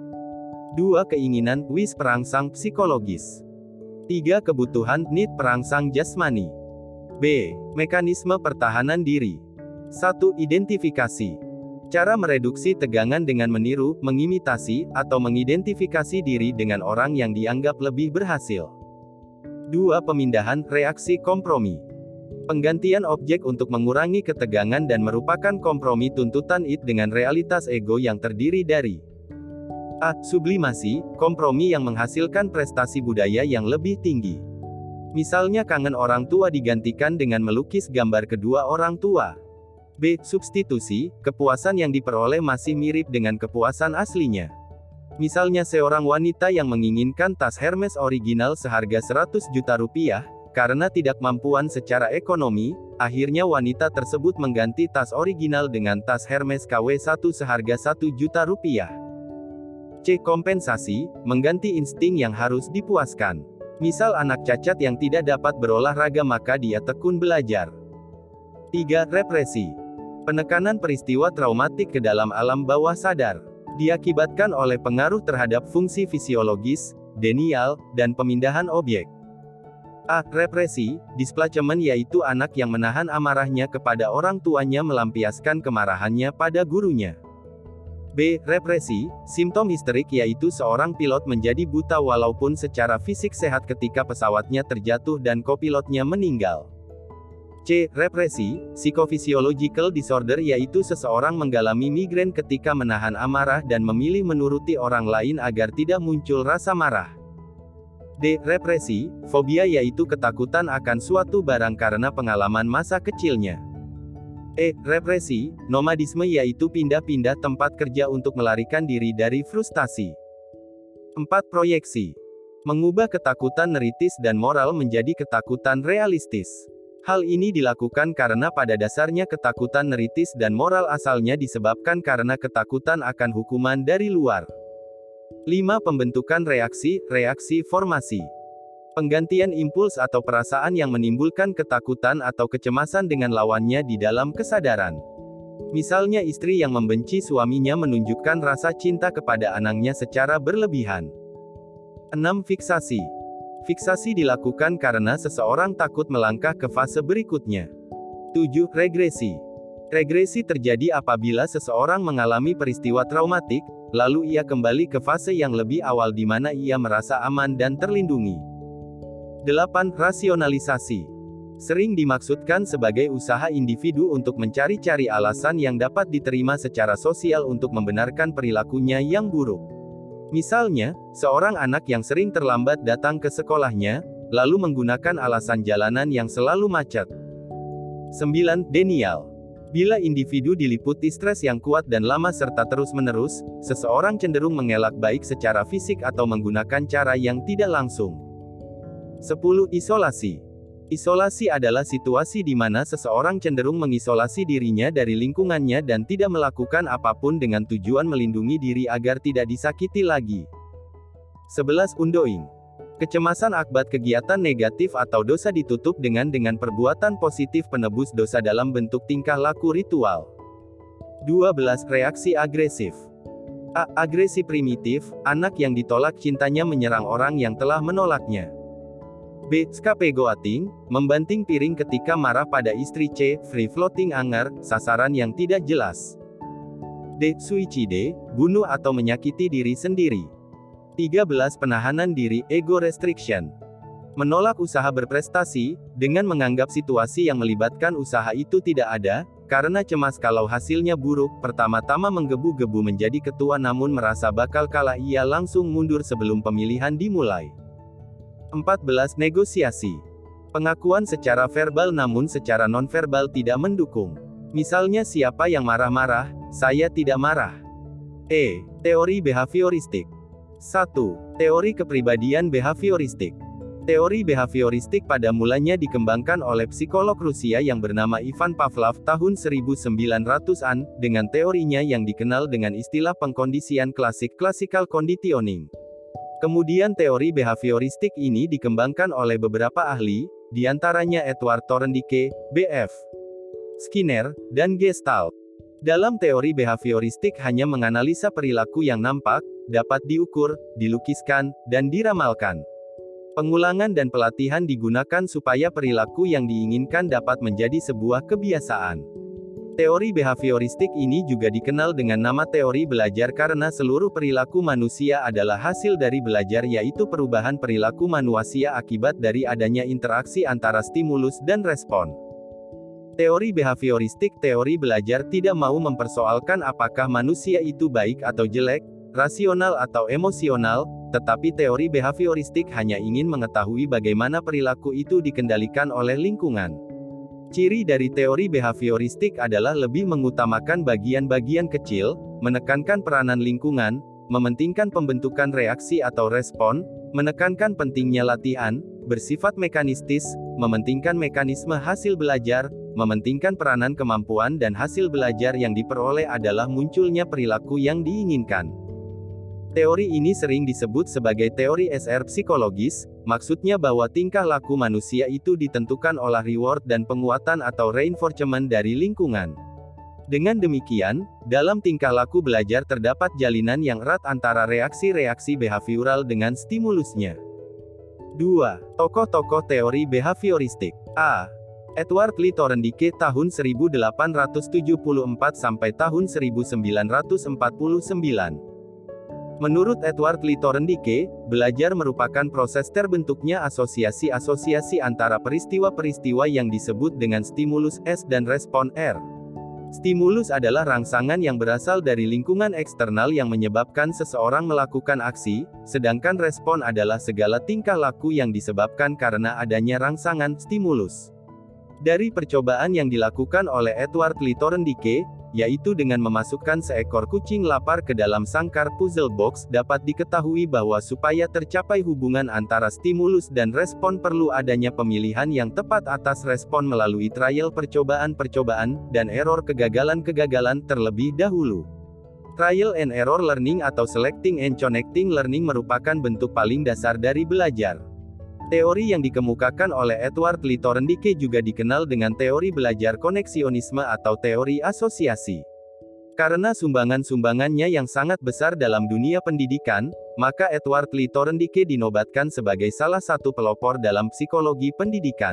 dua. Keinginan, wish perangsang psikologis. tiga. Kebutuhan, need perangsang jasmani. B. Mekanisme pertahanan diri. satu. Identifikasi. Cara mereduksi tegangan dengan meniru, mengimitasi, atau mengidentifikasi diri dengan orang yang dianggap lebih berhasil. dua. Pemindahan, reaksi kompromi. Penggantian objek untuk mengurangi ketegangan dan merupakan kompromi tuntutan id dengan realitas ego yang terdiri dari A. Sublimasi, kompromi yang menghasilkan prestasi budaya yang lebih tinggi. Misalnya kangen orang tua digantikan dengan melukis gambar kedua orang tua. B. Substitusi, kepuasan yang diperoleh masih mirip dengan kepuasan aslinya. Misalnya seorang wanita yang menginginkan tas Hermes original seharga seratus juta rupiah, karena tidak mampuan secara ekonomi, akhirnya wanita tersebut mengganti tas original dengan tas Hermes K W satu seharga satu juta rupiah. C. Kompensasi, mengganti insting yang harus dipuaskan. Misal anak cacat yang tidak dapat berolahraga maka dia tekun belajar. tiga. Represi. Penekanan peristiwa traumatik ke dalam alam bawah sadar. Diakibatkan oleh pengaruh terhadap fungsi fisiologis, denial, dan pemindahan objek. A. Represi, displacement yaitu anak yang menahan amarahnya kepada orang tuanya melampiaskan kemarahannya pada gurunya. B. Represi, simptom histerik yaitu seorang pilot menjadi buta walaupun secara fisik sehat ketika pesawatnya terjatuh dan kopilotnya meninggal. C. Represi, psychophysiological disorder yaitu seseorang mengalami migrain ketika menahan amarah dan memilih menuruti orang lain agar tidak muncul rasa marah. D. Represi, fobia yaitu ketakutan akan suatu barang karena pengalaman masa kecilnya. E. Represi, nomadisme yaitu pindah-pindah tempat kerja untuk melarikan diri dari frustasi. empat. Proyeksi. Mengubah ketakutan neritis dan moral menjadi ketakutan realistis. Hal ini dilakukan karena pada dasarnya ketakutan neritis dan moral asalnya disebabkan karena ketakutan akan hukuman dari luar. lima. Pembentukan reaksi, reaksi formasi. Penggantian impuls atau perasaan yang menimbulkan ketakutan atau kecemasan dengan lawannya di dalam kesadaran. Misalnya istri yang membenci suaminya menunjukkan rasa cinta kepada anaknya secara berlebihan. enam. Fiksasi. Fiksasi dilakukan karena seseorang takut melangkah ke fase berikutnya. tujuh. Regresi. Regresi terjadi apabila seseorang mengalami peristiwa traumatik, lalu ia kembali ke fase yang lebih awal di mana ia merasa aman dan terlindungi. delapan. Rasionalisasi. Sering dimaksudkan sebagai usaha individu untuk mencari-cari alasan yang dapat diterima secara sosial untuk membenarkan perilakunya yang buruk. Misalnya, seorang anak yang sering terlambat datang ke sekolahnya, lalu menggunakan alasan jalanan yang selalu macet. sembilan. Denial. Bila individu diliputi stres yang kuat dan lama serta terus-menerus, seseorang cenderung mengelak baik secara fisik atau menggunakan cara yang tidak langsung. sepuluh. Isolasi. Isolasi adalah situasi di mana seseorang cenderung mengisolasi dirinya dari lingkungannya dan tidak melakukan apapun dengan tujuan melindungi diri agar tidak disakiti lagi. sebelas. Undoing. Kecemasan akibat kegiatan negatif atau dosa ditutup dengan dengan perbuatan positif penebus dosa dalam bentuk tingkah laku ritual. dua belas. Reaksi agresif. A. Agresi primitif, anak yang ditolak cintanya menyerang orang yang telah menolaknya. B. Scapegoating, membanting piring ketika marah pada istri. C. Free floating anger, sasaran yang tidak jelas. D. Suicide, bunuh atau menyakiti diri sendiri. tiga belas. Penahanan diri, ego restriction. Menolak usaha berprestasi, dengan menganggap situasi yang melibatkan usaha itu tidak ada, Karena cemas kalau hasilnya buruk, pertama-tama menggebu-gebu menjadi ketua namun merasa bakal kalah, ia langsung mundur sebelum pemilihan dimulai. empat belas Negosiasi. Pengakuan secara verbal namun secara nonverbal tidak mendukung. Misalnya siapa yang marah-marah, saya tidak marah. E. Teori behavioristik. satu. Teori kepribadian behavioristik. Teori behavioristik pada mulanya dikembangkan oleh psikolog Rusia yang bernama Ivan Pavlov tahun seribu sembilan ratusan, dengan teorinya yang dikenal dengan istilah pengkondisian klasik classical conditioning. Kemudian teori behavioristik ini dikembangkan oleh beberapa ahli, diantaranya Edward Thorndike, B F Skinner, dan Gestalt. Dalam teori behavioristik hanya menganalisa perilaku yang nampak, dapat diukur, dilukiskan, dan diramalkan. Pengulangan dan pelatihan digunakan supaya perilaku yang diinginkan dapat menjadi sebuah kebiasaan. Teori behavioristik ini juga dikenal dengan nama teori belajar karena seluruh perilaku manusia adalah hasil dari belajar, yaitu perubahan perilaku manusia akibat dari adanya interaksi antara stimulus dan respon. Teori behavioristik teori belajar tidak mau mempersoalkan apakah manusia itu baik atau jelek, rasional atau emosional, tetapi teori behavioristik hanya ingin mengetahui bagaimana perilaku itu dikendalikan oleh lingkungan. Ciri dari teori behavioristik adalah lebih mengutamakan bagian-bagian kecil, menekankan peranan lingkungan, mementingkan pembentukan reaksi atau respon, menekankan pentingnya latihan, bersifat mekanistis, mementingkan mekanisme hasil belajar, mementingkan peranan kemampuan dan hasil belajar yang diperoleh adalah munculnya perilaku yang diinginkan. Teori ini sering disebut sebagai teori S R psikologis, maksudnya bahwa tingkah laku manusia itu ditentukan oleh reward dan penguatan atau reinforcement dari lingkungan. Dengan demikian, dalam tingkah laku belajar terdapat jalinan yang erat antara reaksi-reaksi behavioral dengan stimulusnya. dua. Tokoh-tokoh teori behavioristik. A. Edward Lee Thorndike tahun seribu delapan ratus tujuh puluh empat sampai tahun seribu sembilan ratus empat puluh sembilan. Menurut Edward Lee Thorndike, belajar merupakan proses terbentuknya asosiasi-asosiasi antara peristiwa-peristiwa yang disebut dengan stimulus S dan respon R. Stimulus adalah rangsangan yang berasal dari lingkungan eksternal yang menyebabkan seseorang melakukan aksi, sedangkan respon adalah segala tingkah laku yang disebabkan karena adanya rangsangan stimulus. Dari percobaan yang dilakukan oleh Edward Lee Thorndike, yaitu dengan memasukkan seekor kucing lapar ke dalam sangkar puzzle box, dapat diketahui bahwa supaya tercapai hubungan antara stimulus dan respon perlu adanya pemilihan yang tepat atas respon melalui trial percobaan-percobaan, dan error kegagalan-kegagalan terlebih dahulu. Trial and error learning atau selecting and connecting learning merupakan bentuk paling dasar dari belajar. Teori yang dikemukakan oleh Edward Lee Thorndike juga dikenal dengan teori belajar koneksionisme atau teori asosiasi. Karena sumbangan-sumbangannya yang sangat besar dalam dunia pendidikan, maka Edward Lee Thorndike dinobatkan sebagai salah satu pelopor dalam psikologi pendidikan.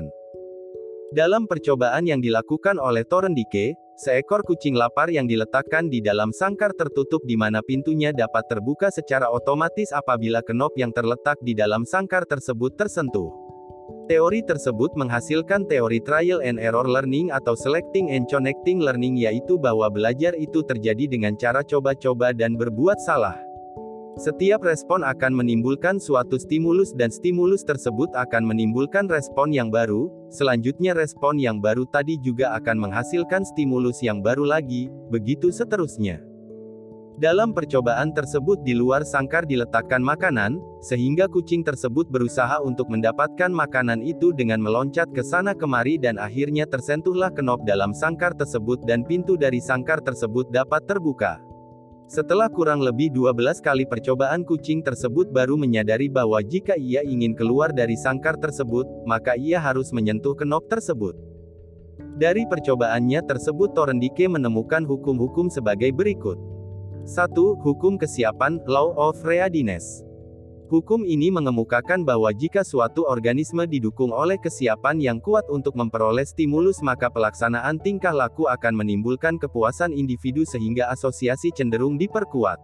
Dalam percobaan yang dilakukan oleh Thorndike, seekor kucing lapar yang diletakkan di dalam sangkar tertutup di mana pintunya dapat terbuka secara otomatis apabila knop yang terletak di dalam sangkar tersebut tersentuh. Teori tersebut menghasilkan teori trial and error learning atau selecting and connecting learning, yaitu bahwa belajar itu terjadi dengan cara coba-coba dan berbuat salah. Setiap respon akan menimbulkan suatu stimulus dan stimulus tersebut akan menimbulkan respon yang baru, selanjutnya respon yang baru tadi juga akan menghasilkan stimulus yang baru lagi, begitu seterusnya. Dalam percobaan tersebut di luar sangkar diletakkan makanan, sehingga kucing tersebut berusaha untuk mendapatkan makanan itu dengan meloncat ke sana kemari dan akhirnya tersentuhlah knop dalam sangkar tersebut dan pintu dari sangkar tersebut dapat terbuka. Setelah kurang lebih dua belas kali percobaan, kucing tersebut baru menyadari bahwa jika ia ingin keluar dari sangkar tersebut, maka ia harus menyentuh knop tersebut. Dari percobaannya tersebut Thorndike menemukan hukum-hukum sebagai berikut. satu. Hukum kesiapan, Law of Readiness. Hukum ini mengemukakan bahwa jika suatu organisme didukung oleh kesiapan yang kuat untuk memperoleh stimulus, maka pelaksanaan tingkah laku akan menimbulkan kepuasan individu sehingga asosiasi cenderung diperkuat.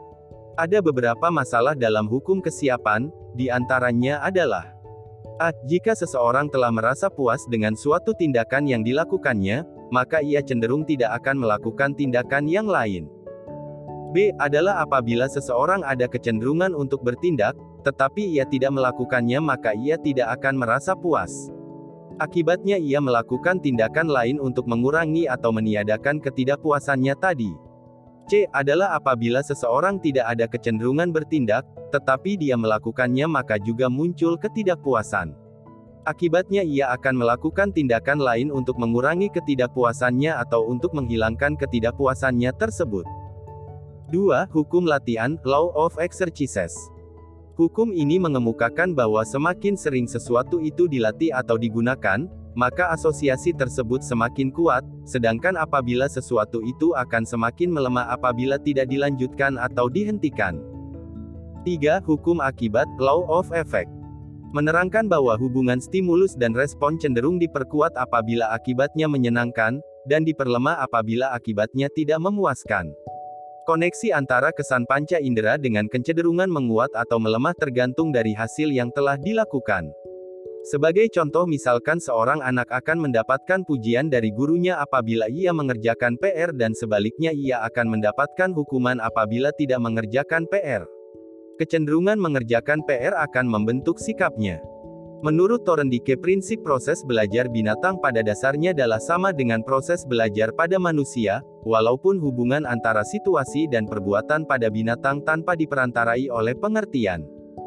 Ada beberapa masalah dalam hukum kesiapan, di antaranya adalah A. Jika seseorang telah merasa puas dengan suatu tindakan yang dilakukannya, maka ia cenderung tidak akan melakukan tindakan yang lain. B adalah apabila seseorang ada kecenderungan untuk bertindak, tetapi ia tidak melakukannya maka ia tidak akan merasa puas. Akibatnya ia melakukan tindakan lain untuk mengurangi atau meniadakan ketidakpuasannya tadi. C adalah apabila seseorang tidak ada kecenderungan bertindak, tetapi dia melakukannya maka juga muncul ketidakpuasan. Akibatnya ia akan melakukan tindakan lain untuk mengurangi ketidakpuasannya atau untuk menghilangkan ketidakpuasannya tersebut. dua. Hukum latihan, Law of Exercises. Hukum ini mengemukakan bahwa semakin sering sesuatu itu dilatih atau digunakan, maka asosiasi tersebut semakin kuat, sedangkan apabila sesuatu itu akan semakin melemah apabila tidak dilanjutkan atau dihentikan. tiga. Hukum akibat, Law of Effect. Menerangkan bahwa hubungan stimulus dan respon cenderung diperkuat apabila akibatnya menyenangkan, dan diperlemah apabila akibatnya tidak memuaskan. Koneksi antara kesan panca indera dengan kecenderungan menguat atau melemah tergantung dari hasil yang telah dilakukan. Sebagai contoh misalkan seorang anak akan mendapatkan pujian dari gurunya apabila ia mengerjakan P R dan sebaliknya ia akan mendapatkan hukuman apabila tidak mengerjakan P R. Kecenderungan mengerjakan P R akan membentuk sikapnya. Menurut Thorndike, prinsip proses belajar binatang pada dasarnya adalah sama dengan proses belajar pada manusia, walaupun hubungan antara situasi dan perbuatan pada binatang tanpa diperantarai oleh pengertian.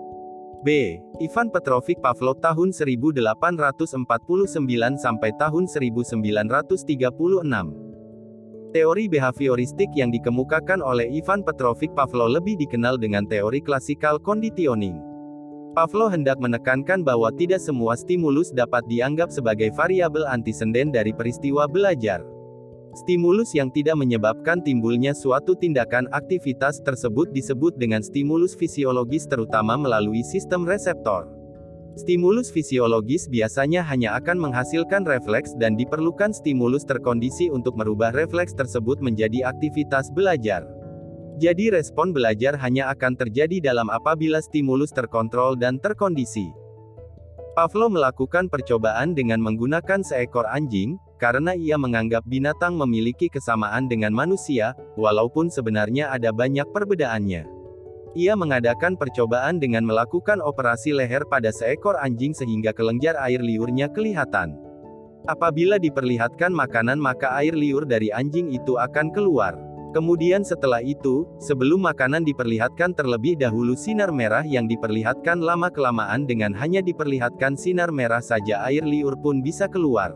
B. Ivan Petrovich Pavlov tahun seribu delapan ratus empat puluh sembilan sampai tahun seribu sembilan ratus tiga puluh enam. Teori behavioristik yang dikemukakan oleh Ivan Petrovich Pavlov lebih dikenal dengan teori klasikal conditioning. Pavlov hendak menekankan bahwa tidak semua stimulus dapat dianggap sebagai variabel antisenden dari peristiwa belajar. Stimulus yang tidak menyebabkan timbulnya suatu tindakan aktivitas tersebut disebut dengan stimulus fisiologis terutama melalui sistem reseptor. Stimulus fisiologis biasanya hanya akan menghasilkan refleks dan diperlukan stimulus terkondisi untuk merubah refleks tersebut menjadi aktivitas belajar. Jadi respon belajar hanya akan terjadi dalam apabila stimulus terkontrol dan terkondisi. Pavlov melakukan percobaan dengan menggunakan seekor anjing, karena ia menganggap binatang memiliki kesamaan dengan manusia, walaupun sebenarnya ada banyak perbedaannya. Ia mengadakan percobaan dengan melakukan operasi leher pada seekor anjing sehingga kelenjar air liurnya kelihatan. Apabila diperlihatkan makanan maka air liur dari anjing itu akan keluar. Kemudian setelah itu, sebelum makanan diperlihatkan terlebih dahulu sinar merah yang diperlihatkan lama-kelamaan dengan hanya diperlihatkan sinar merah saja air liur pun bisa keluar.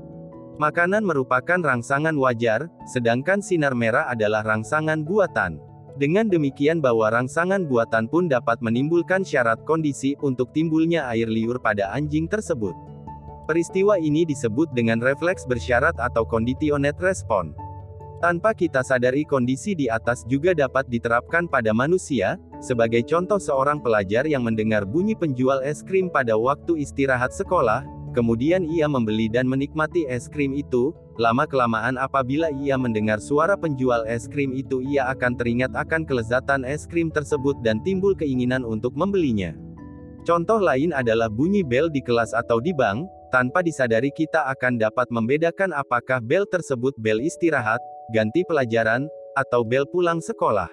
Makanan merupakan rangsangan wajar, sedangkan sinar merah adalah rangsangan buatan. Dengan demikian bahwa rangsangan buatan pun dapat menimbulkan syarat kondisi untuk timbulnya air liur pada anjing tersebut. Peristiwa ini disebut dengan refleks bersyarat atau conditioned response. Tanpa kita sadari kondisi di atas juga dapat diterapkan pada manusia, sebagai contoh seorang pelajar yang mendengar bunyi penjual es krim pada waktu istirahat sekolah, kemudian ia membeli dan menikmati es krim itu, lama-kelamaan apabila ia mendengar suara penjual es krim itu ia akan teringat akan kelezatan es krim tersebut dan timbul keinginan untuk membelinya. Contoh lain adalah bunyi bel di kelas atau di bank, tanpa disadari kita akan dapat membedakan apakah bel tersebut bel istirahat, ganti pelajaran, atau bel pulang sekolah.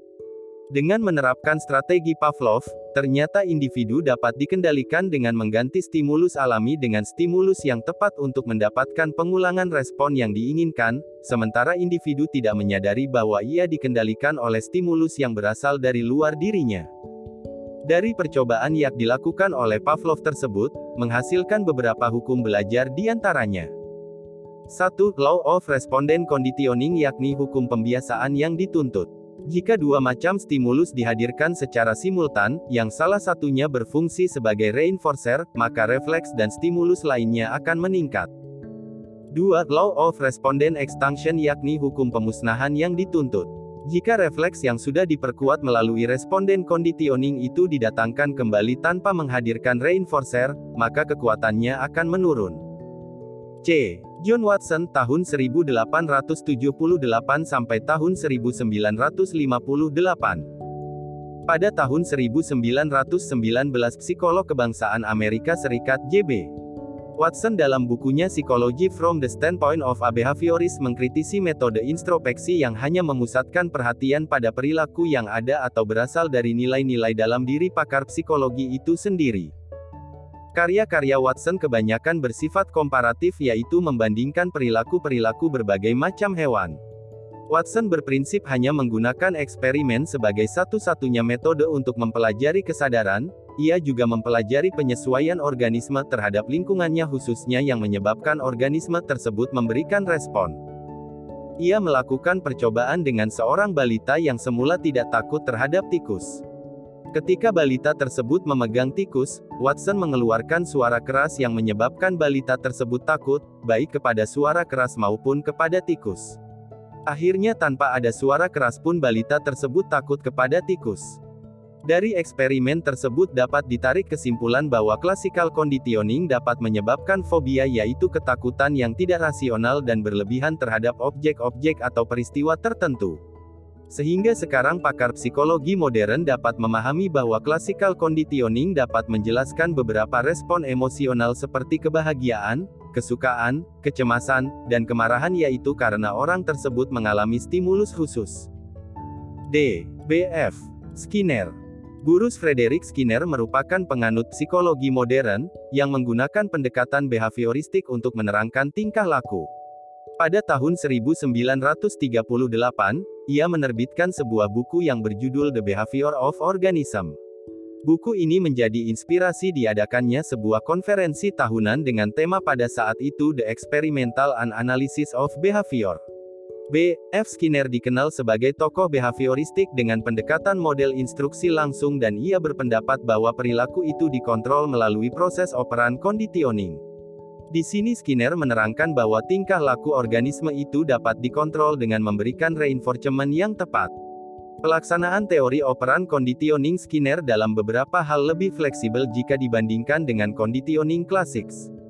Dengan menerapkan strategi Pavlov, ternyata individu dapat dikendalikan dengan mengganti stimulus alami dengan stimulus yang tepat untuk mendapatkan pengulangan respon yang diinginkan, sementara individu tidak menyadari bahwa ia dikendalikan oleh stimulus yang berasal dari luar dirinya. Dari percobaan yang dilakukan oleh Pavlov tersebut, menghasilkan beberapa hukum belajar di antaranya. satu. Law of Respondent Conditioning yakni hukum pembiasaan yang dituntut. Jika dua macam stimulus dihadirkan secara simultan, yang salah satunya berfungsi sebagai reinforcer, maka refleks dan stimulus lainnya akan meningkat. dua. Law of Respondent Extinction yakni hukum pemusnahan yang dituntut. Jika refleks yang sudah diperkuat melalui respondent conditioning itu didatangkan kembali tanpa menghadirkan reinforcer, maka kekuatannya akan menurun. C. John Watson, tahun seribu delapan ratus tujuh puluh delapan sampai tahun seribu sembilan ratus lima puluh delapan. Pada tahun seribu sembilan ratus sembilan belas psikolog kebangsaan Amerika Serikat J B Watson dalam bukunya Psychology from the Standpoint of a Behaviorist mengkritisi metode introspeksi yang hanya memusatkan perhatian pada perilaku yang ada atau berasal dari nilai-nilai dalam diri pakar psikologi itu sendiri. Karya-karya Watson kebanyakan bersifat komparatif, yaitu membandingkan perilaku-perilaku berbagai macam hewan. Watson berprinsip hanya menggunakan eksperimen sebagai satu-satunya metode untuk mempelajari kesadaran. Ia juga mempelajari penyesuaian organisme terhadap lingkungannya, khususnya yang menyebabkan organisme tersebut memberikan respon. Ia melakukan percobaan dengan seorang balita yang semula tidak takut terhadap tikus. Ketika balita tersebut memegang tikus, Watson mengeluarkan suara keras yang menyebabkan balita tersebut takut, baik kepada suara keras maupun kepada tikus. Akhirnya tanpa ada suara keras pun balita tersebut takut kepada tikus. Dari eksperimen tersebut dapat ditarik kesimpulan bahwa classical conditioning dapat menyebabkan fobia, yaitu ketakutan yang tidak rasional dan berlebihan terhadap objek-objek atau peristiwa tertentu. Sehingga sekarang pakar psikologi modern dapat memahami bahwa classical conditioning dapat menjelaskan beberapa respon emosional seperti kebahagiaan, kesukaan, kecemasan, dan kemarahan, yaitu karena orang tersebut mengalami stimulus khusus. D. B F. Skinner. Bruce Frederick Skinner merupakan penganut psikologi modern, yang menggunakan pendekatan behavioristik untuk menerangkan tingkah laku. Pada tahun seribu sembilan ratus tiga puluh delapan, ia menerbitkan sebuah buku yang berjudul The Behavior of Organism. Buku ini menjadi inspirasi diadakannya sebuah konferensi tahunan dengan tema pada saat itu The Experimental Analysis of Behavior. B F Skinner dikenal sebagai tokoh behavioristik dengan pendekatan model instruksi langsung, dan ia berpendapat bahwa perilaku itu dikontrol melalui proses operan conditioning. Di sini Skinner menerangkan bahwa tingkah laku organisme itu dapat dikontrol dengan memberikan reinforcement yang tepat. Pelaksanaan teori operan conditioning Skinner dalam beberapa hal lebih fleksibel jika dibandingkan dengan conditioning klasik.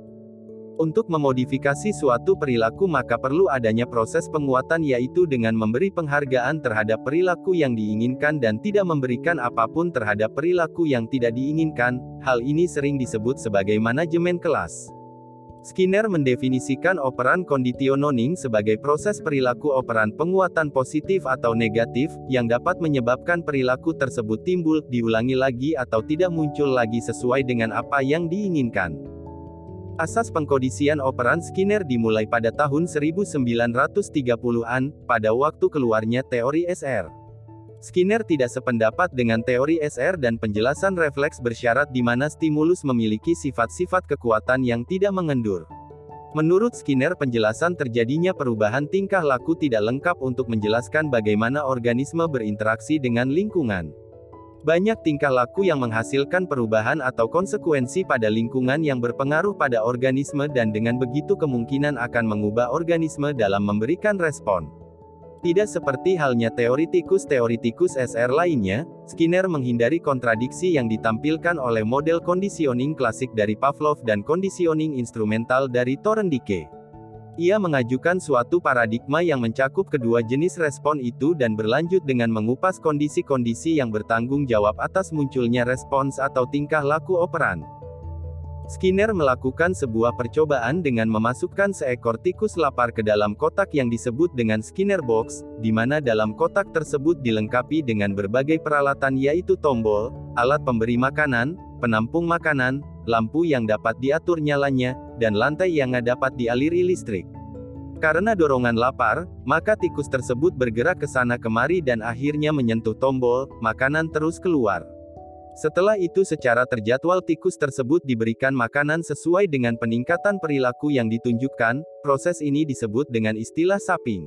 Untuk memodifikasi suatu perilaku maka perlu adanya proses penguatan, yaitu dengan memberi penghargaan terhadap perilaku yang diinginkan dan tidak memberikan apapun terhadap perilaku yang tidak diinginkan. Hal ini sering disebut sebagai manajemen kelas. Skinner mendefinisikan operan conditioning sebagai proses perilaku operan penguatan positif atau negatif, yang dapat menyebabkan perilaku tersebut timbul, diulangi lagi atau tidak muncul lagi sesuai dengan apa yang diinginkan. Asas pengkondisian operan Skinner dimulai pada tahun seribu sembilan ratus tiga puluhan, pada waktu keluarnya teori S R. Skinner tidak sependapat dengan teori S R dan penjelasan refleks bersyarat di mana stimulus memiliki sifat-sifat kekuatan yang tidak mengendur. Menurut Skinner, penjelasan terjadinya perubahan tingkah laku tidak lengkap untuk menjelaskan bagaimana organisme berinteraksi dengan lingkungan. Banyak tingkah laku yang menghasilkan perubahan atau konsekuensi pada lingkungan yang berpengaruh pada organisme, dan dengan begitu kemungkinan akan mengubah organisme dalam memberikan respon. Tidak seperti halnya teoritikus-teoritikus S R lainnya, Skinner menghindari kontradiksi yang ditampilkan oleh model conditioning klasik dari Pavlov dan conditioning instrumental dari Thorndike. Ia mengajukan suatu paradigma yang mencakup kedua jenis respon itu dan berlanjut dengan mengupas kondisi-kondisi yang bertanggung jawab atas munculnya respons atau tingkah laku operan. Skinner melakukan sebuah percobaan dengan memasukkan seekor tikus lapar ke dalam kotak yang disebut dengan Skinner Box, di mana dalam kotak tersebut dilengkapi dengan berbagai peralatan, yaitu tombol, alat pemberi makanan, penampung makanan, lampu yang dapat diatur nyalanya, dan lantai yang dapat dialiri listrik. Karena dorongan lapar, maka tikus tersebut bergerak ke sana kemari dan akhirnya menyentuh tombol, makanan terus keluar. Setelah itu secara terjadwal tikus tersebut diberikan makanan sesuai dengan peningkatan perilaku yang ditunjukkan. Proses ini disebut dengan istilah sapping.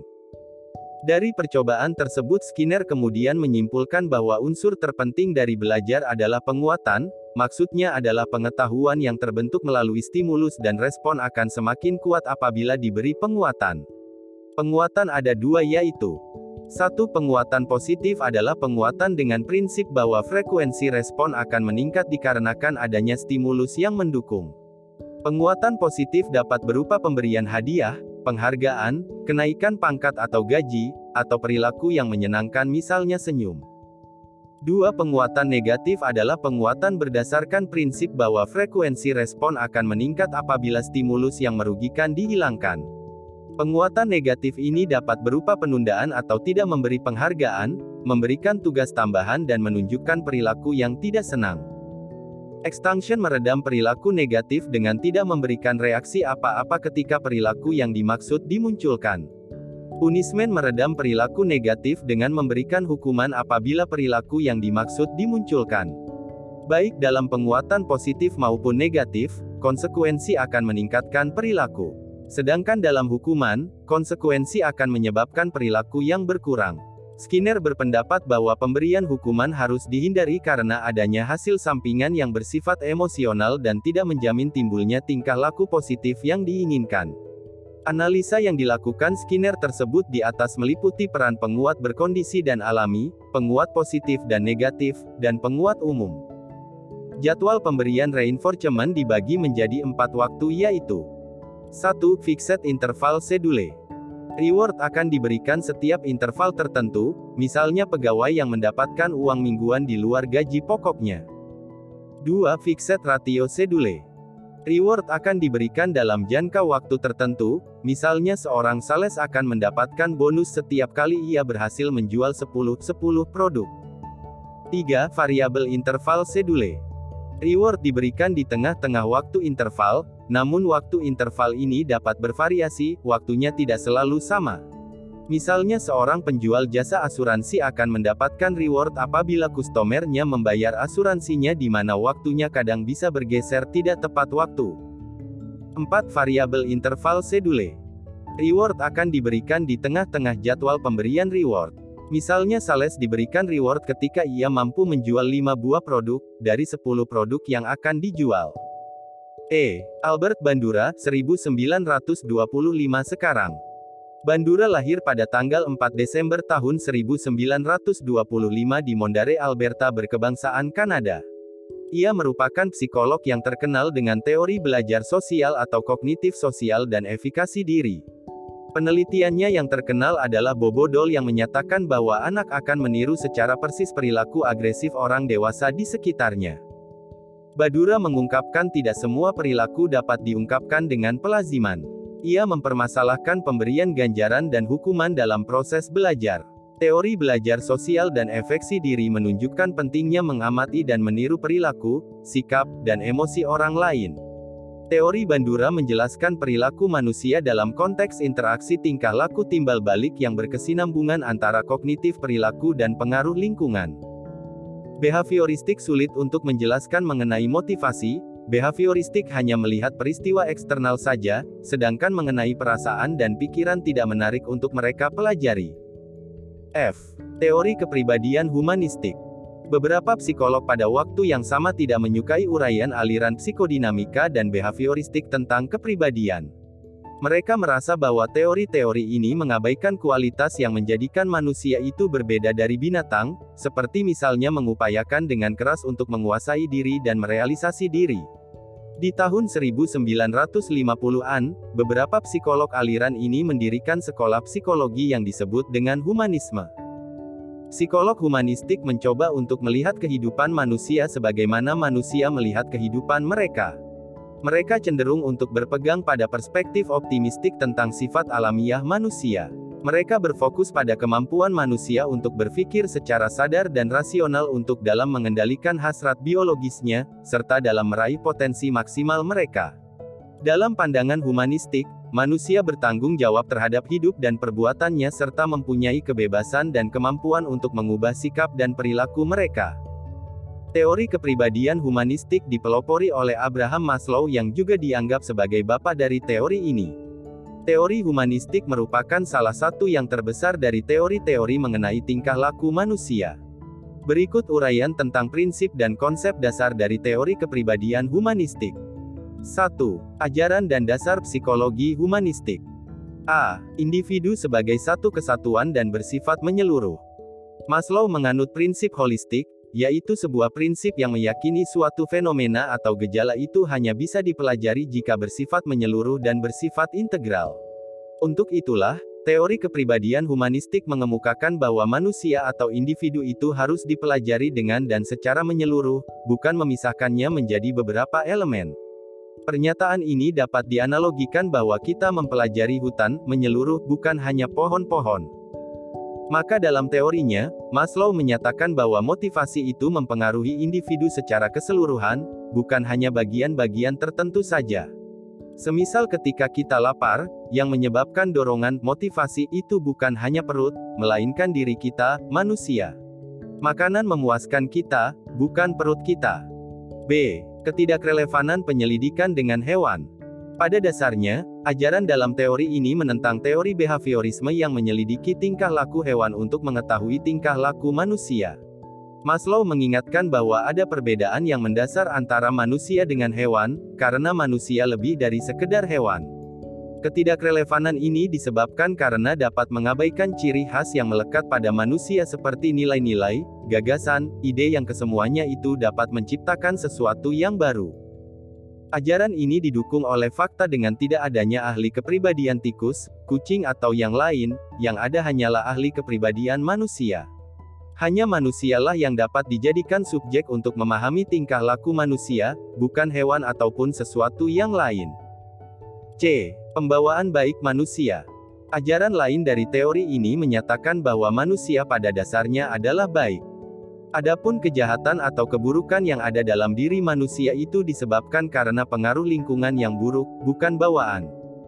Dari percobaan tersebut Skinner kemudian menyimpulkan bahwa unsur terpenting dari belajar adalah penguatan, maksudnya adalah pengetahuan yang terbentuk melalui stimulus dan respon akan semakin kuat apabila diberi penguatan. Penguatan ada dua, yaitu satu. Penguatan positif adalah penguatan dengan prinsip bahwa frekuensi respon akan meningkat dikarenakan adanya stimulus yang mendukung. Penguatan positif dapat berupa pemberian hadiah, penghargaan, kenaikan pangkat atau gaji, atau perilaku yang menyenangkan misalnya senyum. Dua, penguatan negatif adalah penguatan berdasarkan prinsip bahwa frekuensi respon akan meningkat apabila stimulus yang merugikan dihilangkan. Penguatan negatif ini dapat berupa penundaan atau tidak memberi penghargaan, memberikan tugas tambahan dan menunjukkan perilaku yang tidak senang. Extinction meredam perilaku negatif dengan tidak memberikan reaksi apa-apa ketika perilaku yang dimaksud dimunculkan. Punishment meredam perilaku negatif dengan memberikan hukuman apabila perilaku yang dimaksud dimunculkan. Baik dalam penguatan positif maupun negatif, konsekuensi akan meningkatkan perilaku. Sedangkan dalam hukuman, konsekuensi akan menyebabkan perilaku yang berkurang. Skinner berpendapat bahwa pemberian hukuman harus dihindari karena adanya hasil sampingan yang bersifat emosional dan tidak menjamin timbulnya tingkah laku positif yang diinginkan. Analisa yang dilakukan Skinner tersebut di atas meliputi peran penguat berkondisi dan alami, penguat positif dan negatif, dan penguat umum. Jadwal pemberian reinforcement dibagi menjadi empat waktu yaitu satu. Fixed interval schedule. Reward akan diberikan setiap interval tertentu, misalnya pegawai yang mendapatkan uang mingguan di luar gaji pokoknya. dua. Fixed ratio schedule. Reward akan diberikan dalam jangka waktu tertentu, misalnya seorang sales akan mendapatkan bonus setiap kali ia berhasil menjual sepuluh sepuluh produk. tiga. Variable interval schedule. Reward diberikan di tengah-tengah waktu interval, namun waktu interval ini dapat bervariasi, waktunya tidak selalu sama. Misalnya seorang penjual jasa asuransi akan mendapatkan reward apabila kustomernya membayar asuransinya di mana waktunya kadang bisa bergeser tidak tepat waktu. empat. Variable interval schedule. Reward akan diberikan di tengah-tengah jadwal pemberian reward. Misalnya sales diberikan reward ketika ia mampu menjual lima buah produk, dari sepuluh produk yang akan dijual. E. Albert Bandura, seribu sembilan ratus dua puluh lima sekarang. Bandura lahir pada tanggal empat Desember tahun seribu sembilan ratus dua puluh lima di Mondare, Alberta berkebangsaan Kanada. Ia merupakan psikolog yang terkenal dengan teori belajar sosial atau kognitif sosial dan efikasi diri. Penelitiannya yang terkenal adalah Bobo Doll yang menyatakan bahwa anak akan meniru secara persis perilaku agresif orang dewasa di sekitarnya. Bandura mengungkapkan tidak semua perilaku dapat diungkapkan dengan pelaziman. Ia mempermasalahkan pemberian ganjaran dan hukuman dalam proses belajar. Teori belajar sosial dan efeksi diri menunjukkan pentingnya mengamati dan meniru perilaku, sikap, dan emosi orang lain. Teori Bandura menjelaskan perilaku manusia dalam konteks interaksi tingkah laku timbal balik yang berkesinambungan antara kognitif perilaku dan pengaruh lingkungan. Behavioristik sulit untuk menjelaskan mengenai motivasi. Behavioristik hanya melihat peristiwa eksternal saja, sedangkan mengenai perasaan dan pikiran tidak menarik untuk mereka pelajari. F. Teori kepribadian humanistik. Beberapa psikolog pada waktu yang sama tidak menyukai uraian aliran psikodinamika dan behavioristik tentang kepribadian. Mereka merasa bahwa teori-teori ini mengabaikan kualitas yang menjadikan manusia itu berbeda dari binatang, seperti misalnya mengupayakan dengan keras untuk menguasai diri dan merealisasi diri. Di tahun seribu sembilan ratus lima puluhan, beberapa psikolog aliran ini mendirikan sekolah psikologi yang disebut dengan humanisme. Psikolog humanistik mencoba untuk melihat kehidupan manusia sebagaimana manusia melihat kehidupan mereka. Mereka cenderung untuk berpegang pada perspektif optimistik tentang sifat alamiah manusia. Mereka berfokus pada kemampuan manusia untuk berpikir secara sadar dan rasional untuk dalam mengendalikan hasrat biologisnya, serta dalam meraih potensi maksimal mereka. Dalam pandangan humanistik, manusia bertanggung jawab terhadap hidup dan perbuatannya serta mempunyai kebebasan dan kemampuan untuk mengubah sikap dan perilaku mereka. Teori kepribadian humanistik dipelopori oleh Abraham Maslow yang juga dianggap sebagai bapa dari teori ini. Teori humanistik merupakan salah satu yang terbesar dari teori-teori mengenai tingkah laku manusia. Berikut uraian tentang prinsip dan konsep dasar dari teori kepribadian humanistik. satu. Ajaran dan dasar psikologi humanistik. A. Individu sebagai satu kesatuan dan bersifat menyeluruh. Maslow menganut prinsip holistik, yaitu sebuah prinsip yang meyakini suatu fenomena atau gejala itu hanya bisa dipelajari jika bersifat menyeluruh dan bersifat integral. Untuk itulah, Teori kepribadian humanistik mengemukakan bahwa manusia atau individu itu harus dipelajari dengan dan secara menyeluruh, bukan memisahkannya menjadi beberapa elemen. Pernyataan ini dapat dianalogikan bahwa kita mempelajari hutan menyeluruh, bukan hanya pohon-pohon. Maka dalam teorinya, Maslow menyatakan bahwa motivasi itu mempengaruhi individu secara keseluruhan, bukan hanya bagian-bagian tertentu saja. Semisal ketika kita lapar, yang menyebabkan dorongan motivasi itu bukan hanya perut, melainkan diri kita, manusia. Makanan memuaskan kita, bukan perut kita. B. Ketidakrelevanan penyelidikan dengan hewan. Pada dasarnya, ajaran dalam teori ini menentang teori behaviorisme yang menyelidiki tingkah laku hewan untuk mengetahui tingkah laku manusia. Maslow mengingatkan bahwa ada perbedaan yang mendasar antara manusia dengan hewan, karena manusia lebih dari sekedar hewan. Ketidakrelevanan ini disebabkan karena dapat mengabaikan ciri khas yang melekat pada manusia seperti nilai-nilai, gagasan, ide yang kesemuanya itu dapat menciptakan sesuatu yang baru. Ajaran ini didukung oleh fakta dengan tidak adanya ahli kepribadian tikus, kucing atau yang lain, yang ada hanyalah ahli kepribadian manusia. Hanya manusialah yang dapat dijadikan subjek untuk memahami tingkah laku manusia, bukan hewan ataupun sesuatu yang lain. C. Pembawaan baik manusia. Ajaran lain dari teori ini menyatakan bahwa manusia pada dasarnya adalah baik. Adapun kejahatan atau keburukan yang ada dalam diri manusia itu disebabkan karena pengaruh lingkungan yang buruk, bukan bawaan.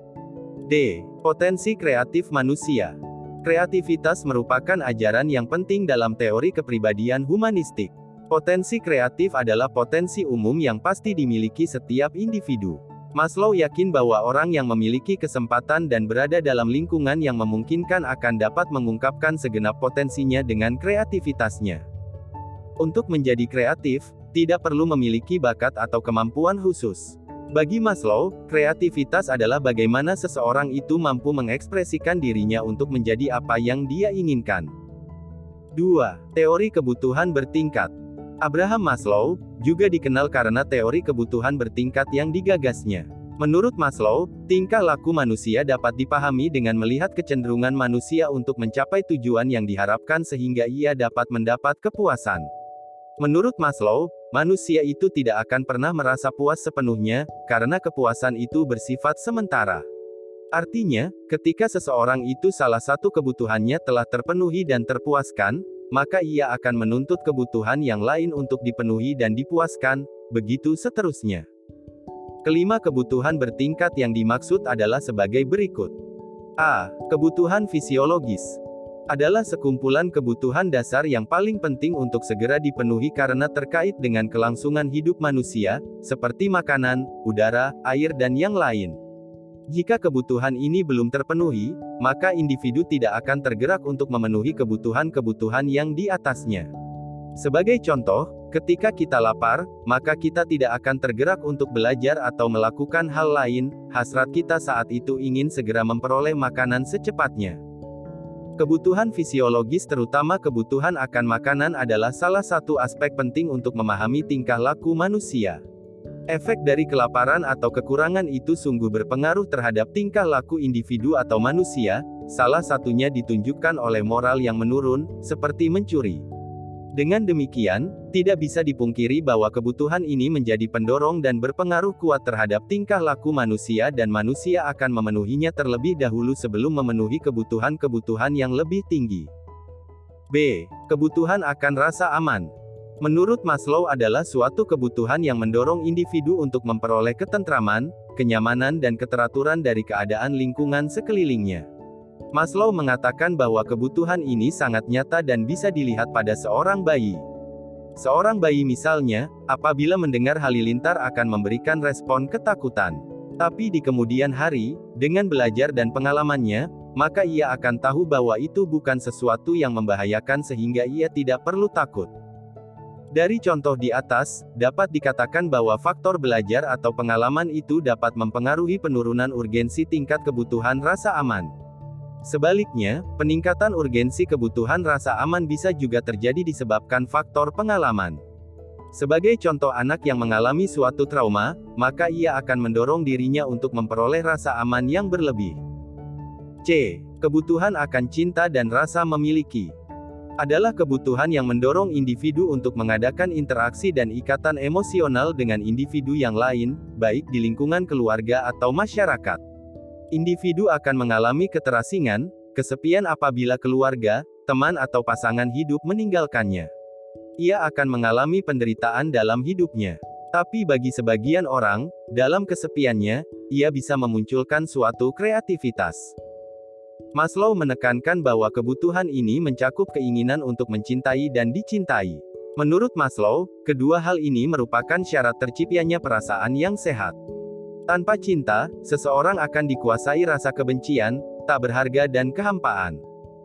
D. Potensi kreatif manusia. Kreativitas merupakan ajaran yang penting dalam teori kepribadian humanistik. Potensi kreatif adalah potensi umum yang pasti dimiliki setiap individu. Maslow yakin bahwa orang yang memiliki kesempatan dan berada dalam lingkungan yang memungkinkan akan dapat mengungkapkan segenap potensinya dengan kreativitasnya. Untuk menjadi kreatif, tidak perlu memiliki bakat atau kemampuan khusus. Bagi Maslow, kreativitas adalah bagaimana seseorang itu mampu mengekspresikan dirinya untuk menjadi apa yang dia inginkan. dua. Teori kebutuhan bertingkat. Abraham Maslow, juga dikenal karena teori kebutuhan bertingkat yang digagasnya. Menurut Maslow, tingkah laku manusia dapat dipahami dengan melihat kecenderungan manusia untuk mencapai tujuan yang diharapkan sehingga ia dapat mendapat kepuasan. Menurut Maslow, manusia itu tidak akan pernah merasa puas sepenuhnya, karena kepuasan itu bersifat sementara. Artinya, ketika seseorang itu salah satu kebutuhannya telah terpenuhi dan terpuaskan, maka ia akan menuntut kebutuhan yang lain untuk dipenuhi dan dipuaskan, begitu seterusnya. Kelima kebutuhan bertingkat yang dimaksud adalah sebagai berikut. A. Kebutuhan fisiologis. Adalah sekumpulan kebutuhan dasar yang paling penting untuk segera dipenuhi karena terkait dengan kelangsungan hidup manusia, seperti makanan, udara, air dan yang lain. Jika kebutuhan ini belum terpenuhi, maka individu tidak akan tergerak untuk memenuhi kebutuhan-kebutuhan yang di atasnya. Sebagai contoh, ketika kita lapar, maka kita tidak akan tergerak untuk belajar atau melakukan hal lain, hasrat kita saat itu ingin segera memperoleh makanan secepatnya. Kebutuhan fisiologis terutama kebutuhan akan makanan adalah salah satu aspek penting untuk memahami tingkah laku manusia. Efek dari kelaparan atau kekurangan itu sungguh berpengaruh terhadap tingkah laku individu atau manusia, salah satunya ditunjukkan oleh moral yang menurun, seperti mencuri. Dengan demikian, tidak bisa dipungkiri bahwa kebutuhan ini menjadi pendorong dan berpengaruh kuat terhadap tingkah laku manusia dan manusia akan memenuhinya terlebih dahulu sebelum memenuhi kebutuhan-kebutuhan yang lebih tinggi. B. Kebutuhan akan rasa aman. Menurut Maslow adalah suatu kebutuhan yang mendorong individu untuk memperoleh ketentraman, kenyamanan dan keteraturan dari keadaan lingkungan sekelilingnya. Maslow mengatakan bahwa kebutuhan ini sangat nyata dan bisa dilihat pada seorang bayi. Seorang bayi misalnya, apabila mendengar halilintar akan memberikan respon ketakutan. Tapi di kemudian hari, dengan belajar dan pengalamannya, maka ia akan tahu bahwa itu bukan sesuatu yang membahayakan sehingga ia tidak perlu takut. Dari contoh di atas, dapat dikatakan bahwa faktor belajar atau pengalaman itu dapat mempengaruhi penurunan urgensi tingkat kebutuhan rasa aman. Sebaliknya, peningkatan urgensi kebutuhan rasa aman bisa juga terjadi disebabkan faktor pengalaman. Sebagai contoh anak yang mengalami suatu trauma, maka ia akan mendorong dirinya untuk memperoleh rasa aman yang berlebih. C. Kebutuhan akan cinta dan rasa memiliki adalah kebutuhan yang mendorong individu untuk mengadakan interaksi dan ikatan emosional dengan individu yang lain, baik di lingkungan keluarga atau masyarakat. Individu akan mengalami keterasingan, kesepian apabila keluarga, teman atau pasangan hidup meninggalkannya. Ia akan mengalami penderitaan dalam hidupnya. Tapi bagi sebagian orang, dalam kesepiannya, ia bisa memunculkan suatu kreativitas. Maslow menekankan bahwa kebutuhan ini mencakup keinginan untuk mencintai dan dicintai. Menurut Maslow, kedua hal ini merupakan syarat terciptanya perasaan yang sehat. Tanpa cinta, seseorang akan dikuasai rasa kebencian, tak berharga dan kehampaan.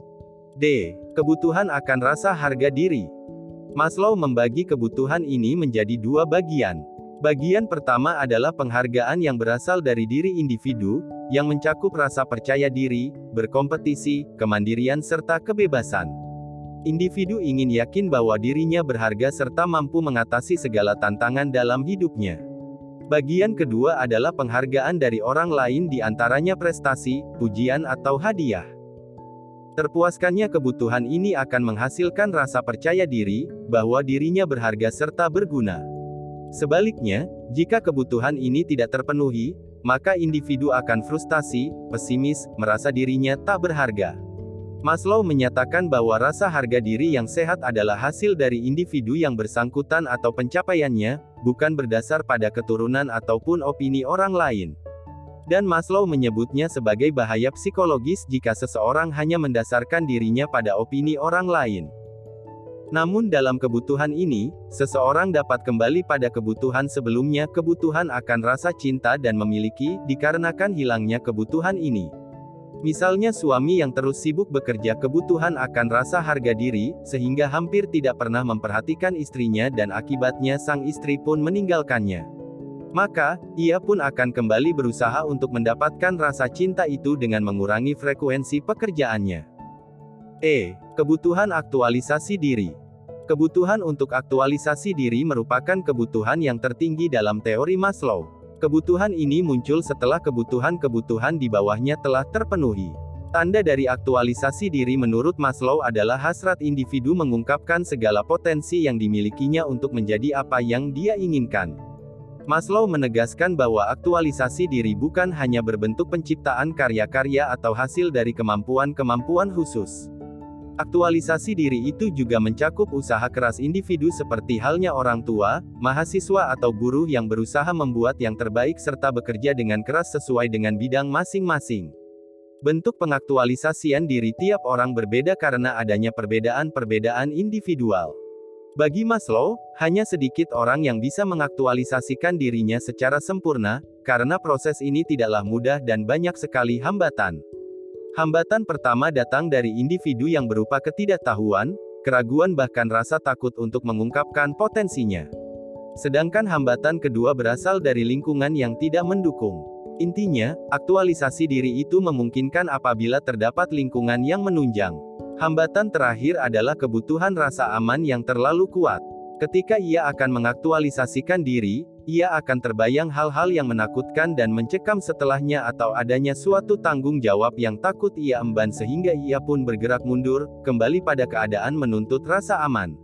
D. Kebutuhan akan rasa harga diri. Maslow membagi kebutuhan ini menjadi dua bagian. Bagian pertama adalah penghargaan yang berasal dari diri individu, yang mencakup rasa percaya diri, berkompetisi, kemandirian serta kebebasan. Individu ingin yakin bahwa dirinya berharga serta mampu mengatasi segala tantangan dalam hidupnya. Bagian kedua adalah penghargaan dari orang lain, di antaranya prestasi, pujian atau hadiah. Terpuaskannya kebutuhan ini akan menghasilkan rasa percaya diri, bahwa dirinya berharga serta berguna. Sebaliknya, jika kebutuhan ini tidak terpenuhi, maka individu akan frustasi, pesimis, merasa dirinya tak berharga. Maslow menyatakan bahwa rasa harga diri yang sehat adalah hasil dari individu yang bersangkutan atau pencapaiannya, bukan berdasar pada keturunan ataupun opini orang lain. Dan Maslow menyebutnya sebagai bahaya psikologis jika seseorang hanya mendasarkan dirinya pada opini orang lain. Namun dalam kebutuhan ini, seseorang dapat kembali pada kebutuhan sebelumnya, kebutuhan akan rasa cinta dan memiliki, dikarenakan hilangnya kebutuhan ini. Misalnya suami yang terus sibuk bekerja, kebutuhan akan rasa harga diri, sehingga hampir tidak pernah memperhatikan istrinya dan akibatnya sang istri pun meninggalkannya. Maka, ia pun akan kembali berusaha untuk mendapatkan rasa cinta itu dengan mengurangi frekuensi pekerjaannya. E. Kebutuhan aktualisasi diri. Kebutuhan untuk aktualisasi diri merupakan kebutuhan yang tertinggi dalam teori Maslow. Kebutuhan ini muncul setelah kebutuhan-kebutuhan di bawahnya telah terpenuhi. Tanda dari aktualisasi diri menurut Maslow adalah hasrat individu mengungkapkan segala potensi yang dimilikinya untuk menjadi apa yang dia inginkan. Maslow menegaskan bahwa aktualisasi diri bukan hanya berbentuk penciptaan karya-karya atau hasil dari kemampuan-kemampuan khusus. Aktualisasi diri itu juga mencakup usaha keras individu seperti halnya orang tua, mahasiswa atau guru yang berusaha membuat yang terbaik serta bekerja dengan keras sesuai dengan bidang masing-masing. Bentuk pengaktualisasian diri tiap orang berbeda karena adanya perbedaan-perbedaan individual. Bagi Maslow, hanya sedikit orang yang bisa mengaktualisasikan dirinya secara sempurna, karena proses ini tidaklah mudah dan banyak sekali hambatan. Hambatan pertama datang dari individu yang berupa ketidaktahuan, keraguan bahkan rasa takut untuk mengungkapkan potensinya. Sedangkan hambatan kedua berasal dari lingkungan yang tidak mendukung. Intinya, aktualisasi diri itu memungkinkan apabila terdapat lingkungan yang menunjang. Hambatan terakhir adalah kebutuhan rasa aman yang terlalu kuat. Ketika ia akan mengaktualisasikan diri, ia akan terbayang hal-hal yang menakutkan dan mencekam setelahnya atau adanya suatu tanggung jawab yang takut ia emban sehingga ia pun bergerak mundur, kembali pada keadaan menuntut rasa aman.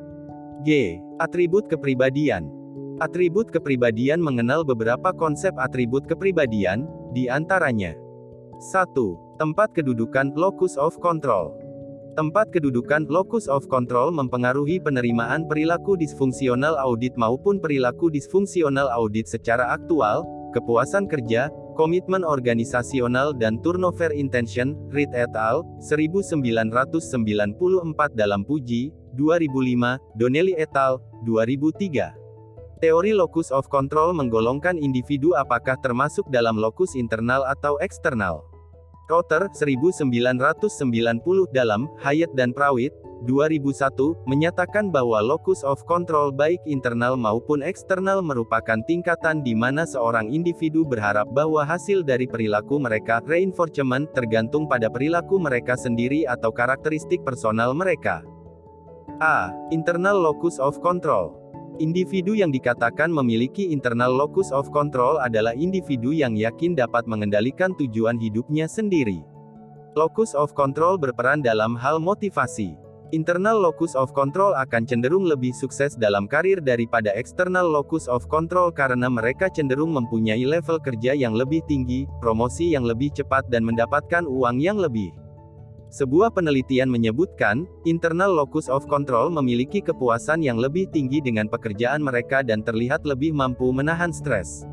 G. Atribut kepribadian. Atribut kepribadian mengenal beberapa konsep atribut kepribadian, di antaranya. satu. Tempat kedudukan, locus of control. Tempat kedudukan, locus of control mempengaruhi penerimaan perilaku disfungsional audit maupun perilaku disfungsional audit secara aktual, kepuasan kerja, komitmen organisasional dan turnover intention, Reed et al., seribu sembilan ratus sembilan puluh empat dalam Puji, dua ribu lima, Donnelly et al., dua ribu tiga. Teori locus of control menggolongkan individu apakah termasuk dalam locus internal atau eksternal. Cotter, seribu sembilan ratus sembilan puluh dalam Hyatt dan Prawit, dua ribu satu, menyatakan bahwa locus of control baik internal maupun eksternal merupakan tingkatan di mana seorang individu berharap bahwa hasil dari perilaku mereka, reinforcement, tergantung pada perilaku mereka sendiri atau karakteristik personal mereka. A. Internal locus of control. Individu yang dikatakan memiliki internal locus of control adalah individu yang yakin dapat mengendalikan tujuan hidupnya sendiri. Locus of control berperan dalam hal motivasi. Internal locus of control akan cenderung lebih sukses dalam karir daripada external locus of control karena mereka cenderung mempunyai level kerja yang lebih tinggi, promosi yang lebih cepat dan mendapatkan uang yang lebih. Sebuah penelitian menyebutkan, internal locus of control memiliki kepuasan yang lebih tinggi dengan pekerjaan mereka dan terlihat lebih mampu menahan stres.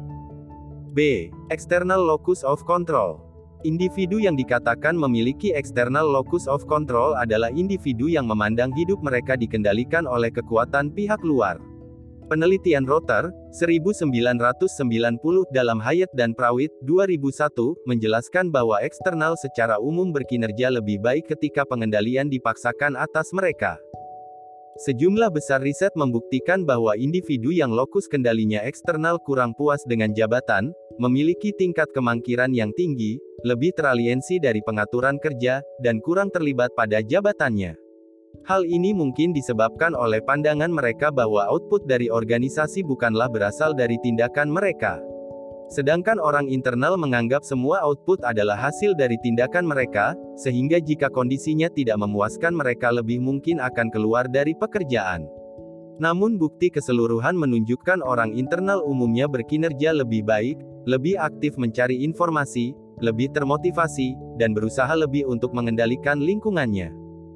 B. External locus of control. Individu yang dikatakan memiliki external locus of control adalah individu yang memandang hidup mereka dikendalikan oleh kekuatan pihak luar. Penelitian Rotter, seribu sembilan ratus sembilan puluh dalam Hyatt dan Prawit, dua ribu satu, menjelaskan bahwa eksternal secara umum berkinerja lebih baik ketika pengendalian dipaksakan atas mereka. Sejumlah besar riset membuktikan bahwa individu yang lokus kendalinya eksternal kurang puas dengan jabatan, memiliki tingkat kemangkiran yang tinggi, lebih teraliensi dari pengaturan kerja, dan kurang terlibat pada jabatannya. Hal ini mungkin disebabkan oleh pandangan mereka bahwa output dari organisasi bukanlah berasal dari tindakan mereka. Sedangkan orang internal menganggap semua output adalah hasil dari tindakan mereka, sehingga jika kondisinya tidak memuaskan mereka lebih mungkin akan keluar dari pekerjaan. Namun bukti keseluruhan menunjukkan orang internal umumnya berkinerja lebih baik, lebih aktif mencari informasi, lebih termotivasi, dan berusaha lebih untuk mengendalikan lingkungannya.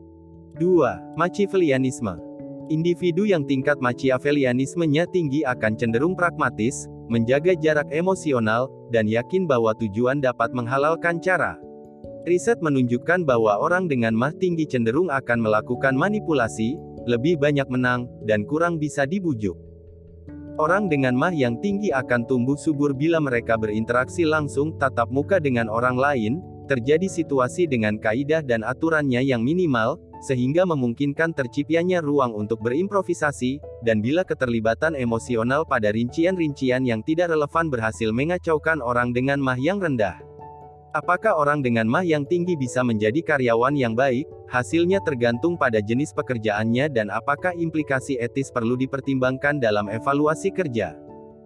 dua. Machiavellianisme. Individu yang tingkat Machiavellianismenya tinggi akan cenderung pragmatis, menjaga jarak emosional, dan yakin bahwa tujuan dapat menghalalkan cara. Riset menunjukkan bahwa orang dengan M A tinggi cenderung akan melakukan manipulasi, lebih banyak menang, dan kurang bisa dibujuk. Orang dengan M A yang tinggi akan tumbuh subur bila mereka berinteraksi langsung tatap muka dengan orang lain, terjadi situasi dengan kaidah dan aturannya yang minimal, sehingga memungkinkan terciptanya ruang untuk berimprovisasi, dan bila keterlibatan emosional pada rincian-rincian yang tidak relevan berhasil mengacaukan orang dengan M A yang rendah. Apakah orang dengan M A yang tinggi bisa menjadi karyawan yang baik? Hasilnya tergantung pada jenis pekerjaannya dan apakah implikasi etis perlu dipertimbangkan dalam evaluasi kerja.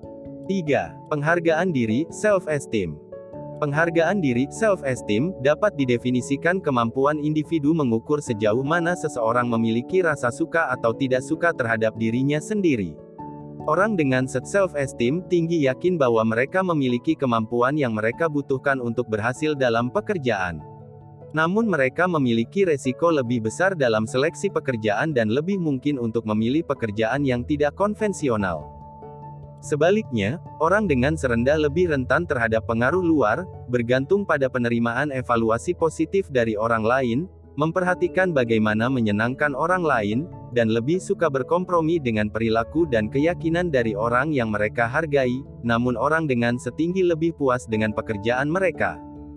tiga. Penghargaan diri, self-esteem. Penghargaan diri, self-esteem, dapat didefinisikan kemampuan individu mengukur sejauh mana seseorang memiliki rasa suka atau tidak suka terhadap dirinya sendiri. Orang dengan self-esteem tinggi yakin bahwa mereka memiliki kemampuan yang mereka butuhkan untuk berhasil dalam pekerjaan. Namun mereka memiliki resiko lebih besar dalam seleksi pekerjaan dan lebih mungkin untuk memilih pekerjaan yang tidak konvensional. Sebaliknya, orang dengan serendah lebih rentan terhadap pengaruh luar, bergantung pada penerimaan evaluasi positif dari orang lain, memperhatikan bagaimana menyenangkan orang lain, dan lebih suka berkompromi dengan perilaku dan keyakinan dari orang yang mereka hargai, namun orang dengan setinggi lebih puas dengan pekerjaan mereka.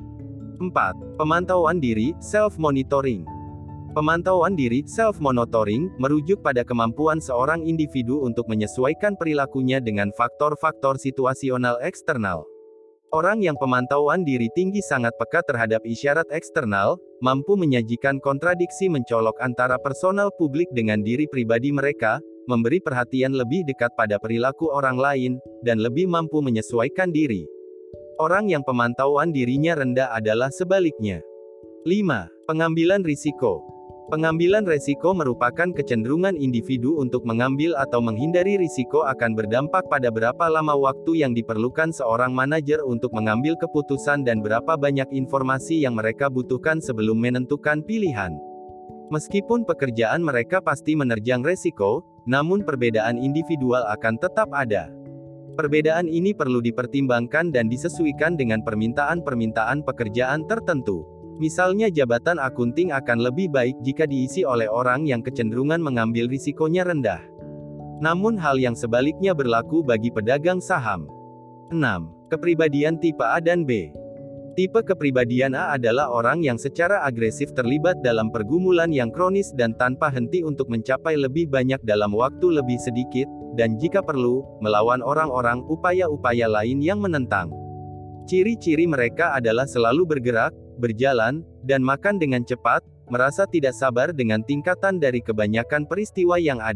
empat. Pemantauan diri, self-monitoring. Pemantauan diri, self-monitoring, merujuk pada kemampuan seorang individu untuk menyesuaikan perilakunya dengan faktor-faktor situasional eksternal. Orang yang pemantauan diri tinggi sangat peka terhadap isyarat eksternal, mampu menyajikan kontradiksi mencolok antara personal publik dengan diri pribadi mereka, memberi perhatian lebih dekat pada perilaku orang lain, dan lebih mampu menyesuaikan diri. Orang yang pemantauan dirinya rendah adalah sebaliknya. lima. Pengambilan risiko. Pengambilan risiko merupakan kecenderungan individu untuk mengambil atau menghindari risiko akan berdampak pada berapa lama waktu yang diperlukan seorang manajer untuk mengambil keputusan dan berapa banyak informasi yang mereka butuhkan sebelum menentukan pilihan. Meskipun pekerjaan mereka pasti menerjang risiko, namun perbedaan individual akan tetap ada. Perbedaan ini perlu dipertimbangkan dan disesuaikan dengan permintaan-permintaan pekerjaan tertentu. Misalnya jabatan akunting akan lebih baik jika diisi oleh orang yang kecenderungan mengambil risikonya rendah. Namun hal yang sebaliknya berlaku bagi pedagang saham. enam. Kepribadian tipe A dan B. Tipe kepribadian A adalah orang yang secara agresif terlibat dalam pergumulan yang kronis dan tanpa henti untuk mencapai lebih banyak dalam waktu lebih sedikit, dan jika perlu, melawan orang-orang, upaya-upaya lain yang menentang. Ciri-ciri mereka adalah selalu bergerak, berjalan, dan makan dengan cepat, merasa tidak sabar dengan tingkatan dari kebanyakan peristiwa yang ada,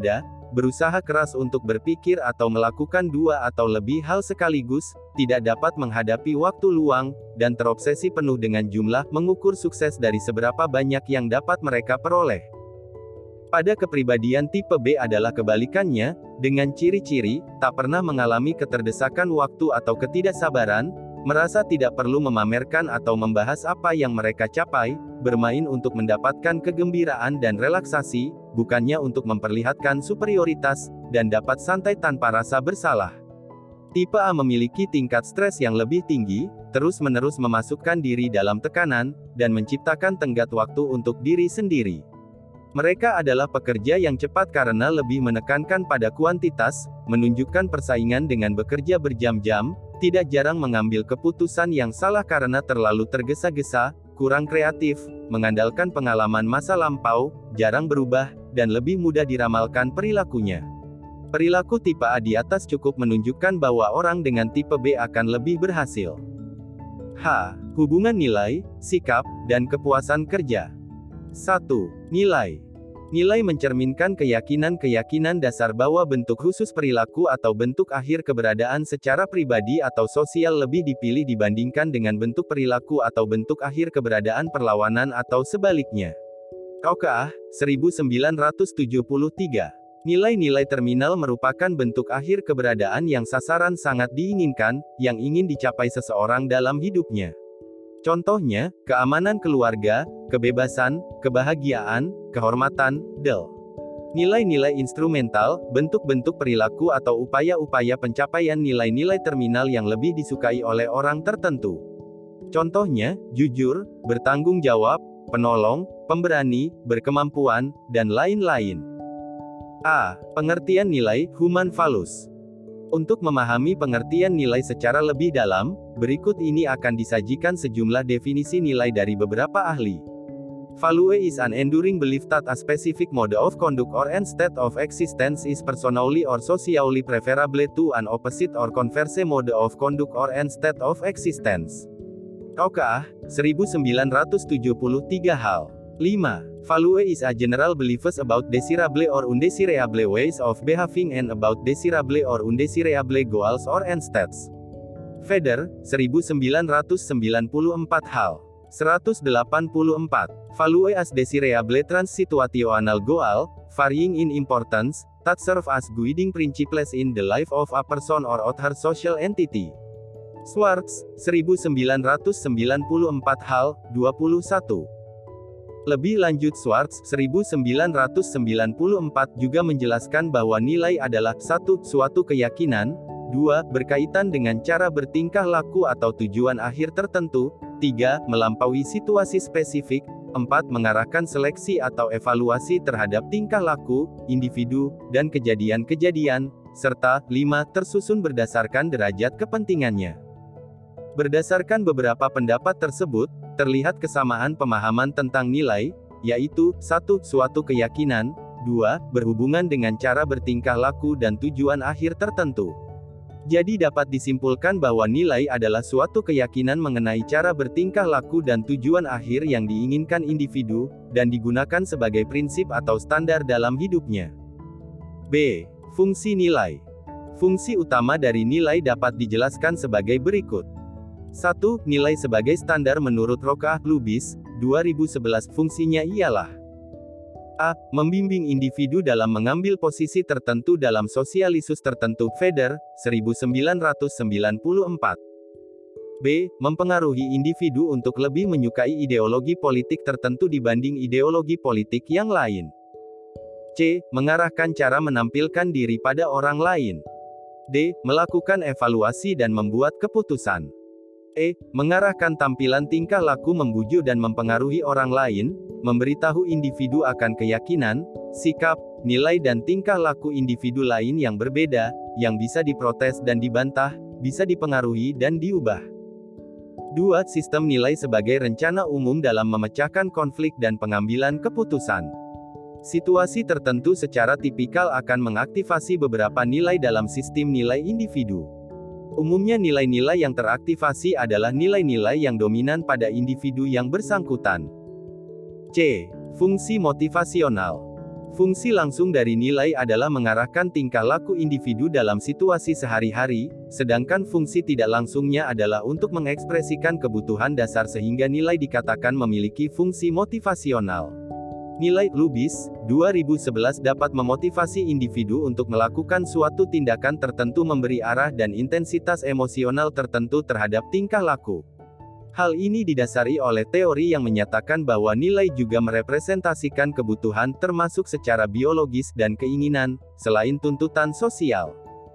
berusaha keras untuk berpikir atau melakukan dua atau lebih hal sekaligus, tidak dapat menghadapi waktu luang, dan terobsesi penuh dengan jumlah, mengukur sukses dari seberapa banyak yang dapat mereka peroleh. Pada kepribadian tipe B adalah kebalikannya, dengan ciri-ciri, tak pernah mengalami keterdesakan waktu atau ketidaksabaran, merasa tidak perlu memamerkan atau membahas apa yang mereka capai, bermain untuk mendapatkan kegembiraan dan relaksasi, bukannya untuk memperlihatkan superioritas, dan dapat santai tanpa rasa bersalah. Tipe A memiliki tingkat stres yang lebih tinggi, terus-menerus memasukkan diri dalam tekanan, dan menciptakan tenggat waktu untuk diri sendiri. Mereka adalah pekerja yang cepat karena lebih menekankan pada kuantitas, menunjukkan persaingan dengan bekerja berjam-jam, tidak jarang mengambil keputusan yang salah karena terlalu tergesa-gesa, kurang kreatif, mengandalkan pengalaman masa lampau, jarang berubah, dan lebih mudah diramalkan perilakunya. Perilaku tipe A di atas cukup menunjukkan bahwa orang dengan tipe B akan lebih berhasil. H. Hubungan nilai, sikap, dan kepuasan kerja. satu. Nilai. Nilai mencerminkan keyakinan-keyakinan dasar bahwa bentuk khusus perilaku atau bentuk akhir keberadaan secara pribadi atau sosial lebih dipilih dibandingkan dengan bentuk perilaku atau bentuk akhir keberadaan perlawanan atau sebaliknya. Oka, seribu sembilan ratus tujuh puluh tiga. Nilai-nilai terminal merupakan bentuk akhir keberadaan yang sasaran sangat diinginkan, yang ingin dicapai seseorang dalam hidupnya. Contohnya, keamanan keluarga, kebebasan, kebahagiaan, kehormatan, del. Nilai-nilai instrumental, bentuk-bentuk perilaku atau upaya-upaya pencapaian nilai-nilai terminal yang lebih disukai oleh orang tertentu. Contohnya, jujur, bertanggung jawab, penolong, pemberani, berkemampuan, dan lain-lain. A. Pengertian nilai, human values. Untuk memahami pengertian nilai secara lebih dalam, berikut ini akan disajikan sejumlah definisi nilai dari beberapa ahli. Value is an enduring belief that a specific mode of conduct or an state of existence is personally or socially preferable to an opposite or converse mode of conduct or an state of existence. Oka, seribu sembilan ratus tujuh puluh tiga hal. lima. Value is a general beliefs about desirable or undesirable ways of behaving and about desirable or undesirable goals or end states. Feder, seribu sembilan ratus sembilan puluh empat hal. seratus delapan puluh empat. Value as desirable transsituational goal, varying in importance, that serve as guiding principles in the life of a person or other social entity. Schwartz, seribu sembilan ratus sembilan puluh empat hal. dua puluh satu. Lebih lanjut Schwartz, seribu sembilan ratus sembilan puluh empat juga menjelaskan bahwa nilai adalah satu. Suatu keyakinan, dua. Berkaitan dengan cara bertingkah laku atau tujuan akhir tertentu, tiga. Melampaui situasi spesifik, empat. Mengarahkan seleksi atau evaluasi terhadap tingkah laku, individu, dan kejadian-kejadian, serta lima. Tersusun berdasarkan derajat kepentingannya. Berdasarkan beberapa pendapat tersebut, terlihat kesamaan pemahaman tentang nilai, yaitu, satu. Suatu keyakinan, dua. Berhubungan dengan cara bertingkah laku dan tujuan akhir tertentu. Jadi dapat disimpulkan bahwa nilai adalah suatu keyakinan mengenai cara bertingkah laku dan tujuan akhir yang diinginkan individu, dan digunakan sebagai prinsip atau standar dalam hidupnya. B. Fungsi nilai. Fungsi utama dari nilai dapat dijelaskan sebagai berikut. satu. Nilai sebagai standar menurut Roka, Lubis, dua ribu sebelas. Fungsinya ialah A. Membimbing individu dalam mengambil posisi tertentu dalam sosialisus tertentu. Feder, seribu sembilan ratus sembilan puluh empat. B. Mempengaruhi individu untuk lebih menyukai ideologi politik tertentu dibanding ideologi politik yang lain. C. Mengarahkan cara menampilkan diri pada orang lain. D. Melakukan evaluasi dan membuat keputusan. E. Mengarahkan tampilan tingkah laku membujuk dan mempengaruhi orang lain, memberitahu individu akan keyakinan, sikap, nilai dan tingkah laku individu lain yang berbeda, yang bisa diprotes dan dibantah, bisa dipengaruhi dan diubah. dua. Sistem nilai sebagai rencana umum dalam memecahkan konflik dan pengambilan keputusan. Situasi tertentu secara tipikal akan mengaktifasi beberapa nilai dalam sistem nilai individu. Umumnya nilai-nilai yang teraktivasi adalah nilai-nilai yang dominan pada individu yang bersangkutan. C. Fungsi motivasional. Fungsi langsung dari nilai adalah mengarahkan tingkah laku individu dalam situasi sehari-hari, sedangkan fungsi tidak langsungnya adalah untuk mengekspresikan kebutuhan dasar sehingga nilai dikatakan memiliki fungsi motivasional. Nilai Lubis, dua ribu sebelas dapat memotivasi individu untuk melakukan suatu tindakan tertentu, memberi arah dan intensitas emosional tertentu terhadap tingkah laku. Hal ini didasari oleh teori yang menyatakan bahwa nilai juga merepresentasikan kebutuhan termasuk secara biologis dan keinginan, selain tuntutan sosial.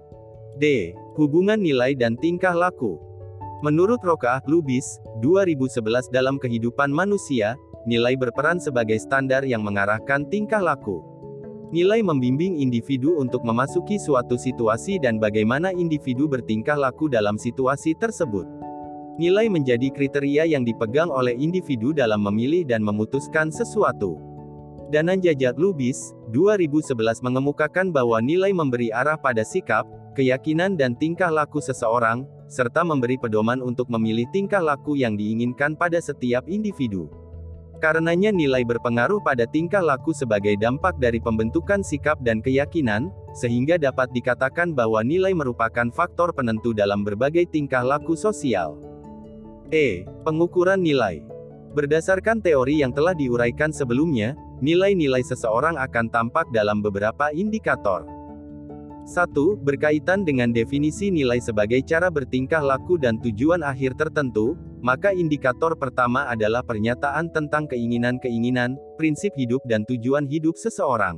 D. Hubungan nilai dan tingkah laku. Menurut Rokaah Lubis, dua ribu sebelas dalam kehidupan manusia, nilai berperan sebagai standar yang mengarahkan tingkah laku. Nilai membimbing individu untuk memasuki suatu situasi dan bagaimana individu bertingkah laku dalam situasi tersebut. Nilai menjadi kriteria yang dipegang oleh individu dalam memilih dan memutuskan sesuatu. Dhananjaya Lubis, dua ribu sebelas mengemukakan bahwa nilai memberi arah pada sikap, keyakinan dan tingkah laku seseorang, serta memberi pedoman untuk memilih tingkah laku yang diinginkan pada setiap individu. Karenanya nilai berpengaruh pada tingkah laku sebagai dampak dari pembentukan sikap dan keyakinan, sehingga dapat dikatakan bahwa nilai merupakan faktor penentu dalam berbagai tingkah laku sosial. E. Pengukuran nilai. Berdasarkan teori yang telah diuraikan sebelumnya, nilai-nilai seseorang akan tampak dalam beberapa indikator. satu. Berkaitan dengan definisi nilai sebagai cara bertingkah laku dan tujuan akhir tertentu, maka indikator pertama adalah pernyataan tentang keinginan-keinginan, prinsip hidup dan tujuan hidup seseorang.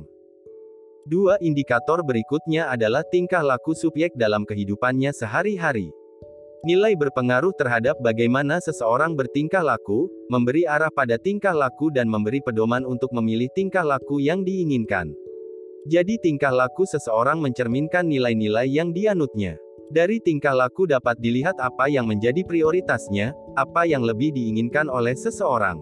Dua. Indikator berikutnya adalah tingkah laku subjek dalam kehidupannya sehari-hari. Nilai berpengaruh terhadap bagaimana seseorang bertingkah laku, memberi arah pada tingkah laku dan memberi pedoman untuk memilih tingkah laku yang diinginkan. Jadi tingkah laku seseorang mencerminkan nilai-nilai yang dianutnya. Dari tingkah laku dapat dilihat apa yang menjadi prioritasnya, apa yang lebih diinginkan oleh seseorang.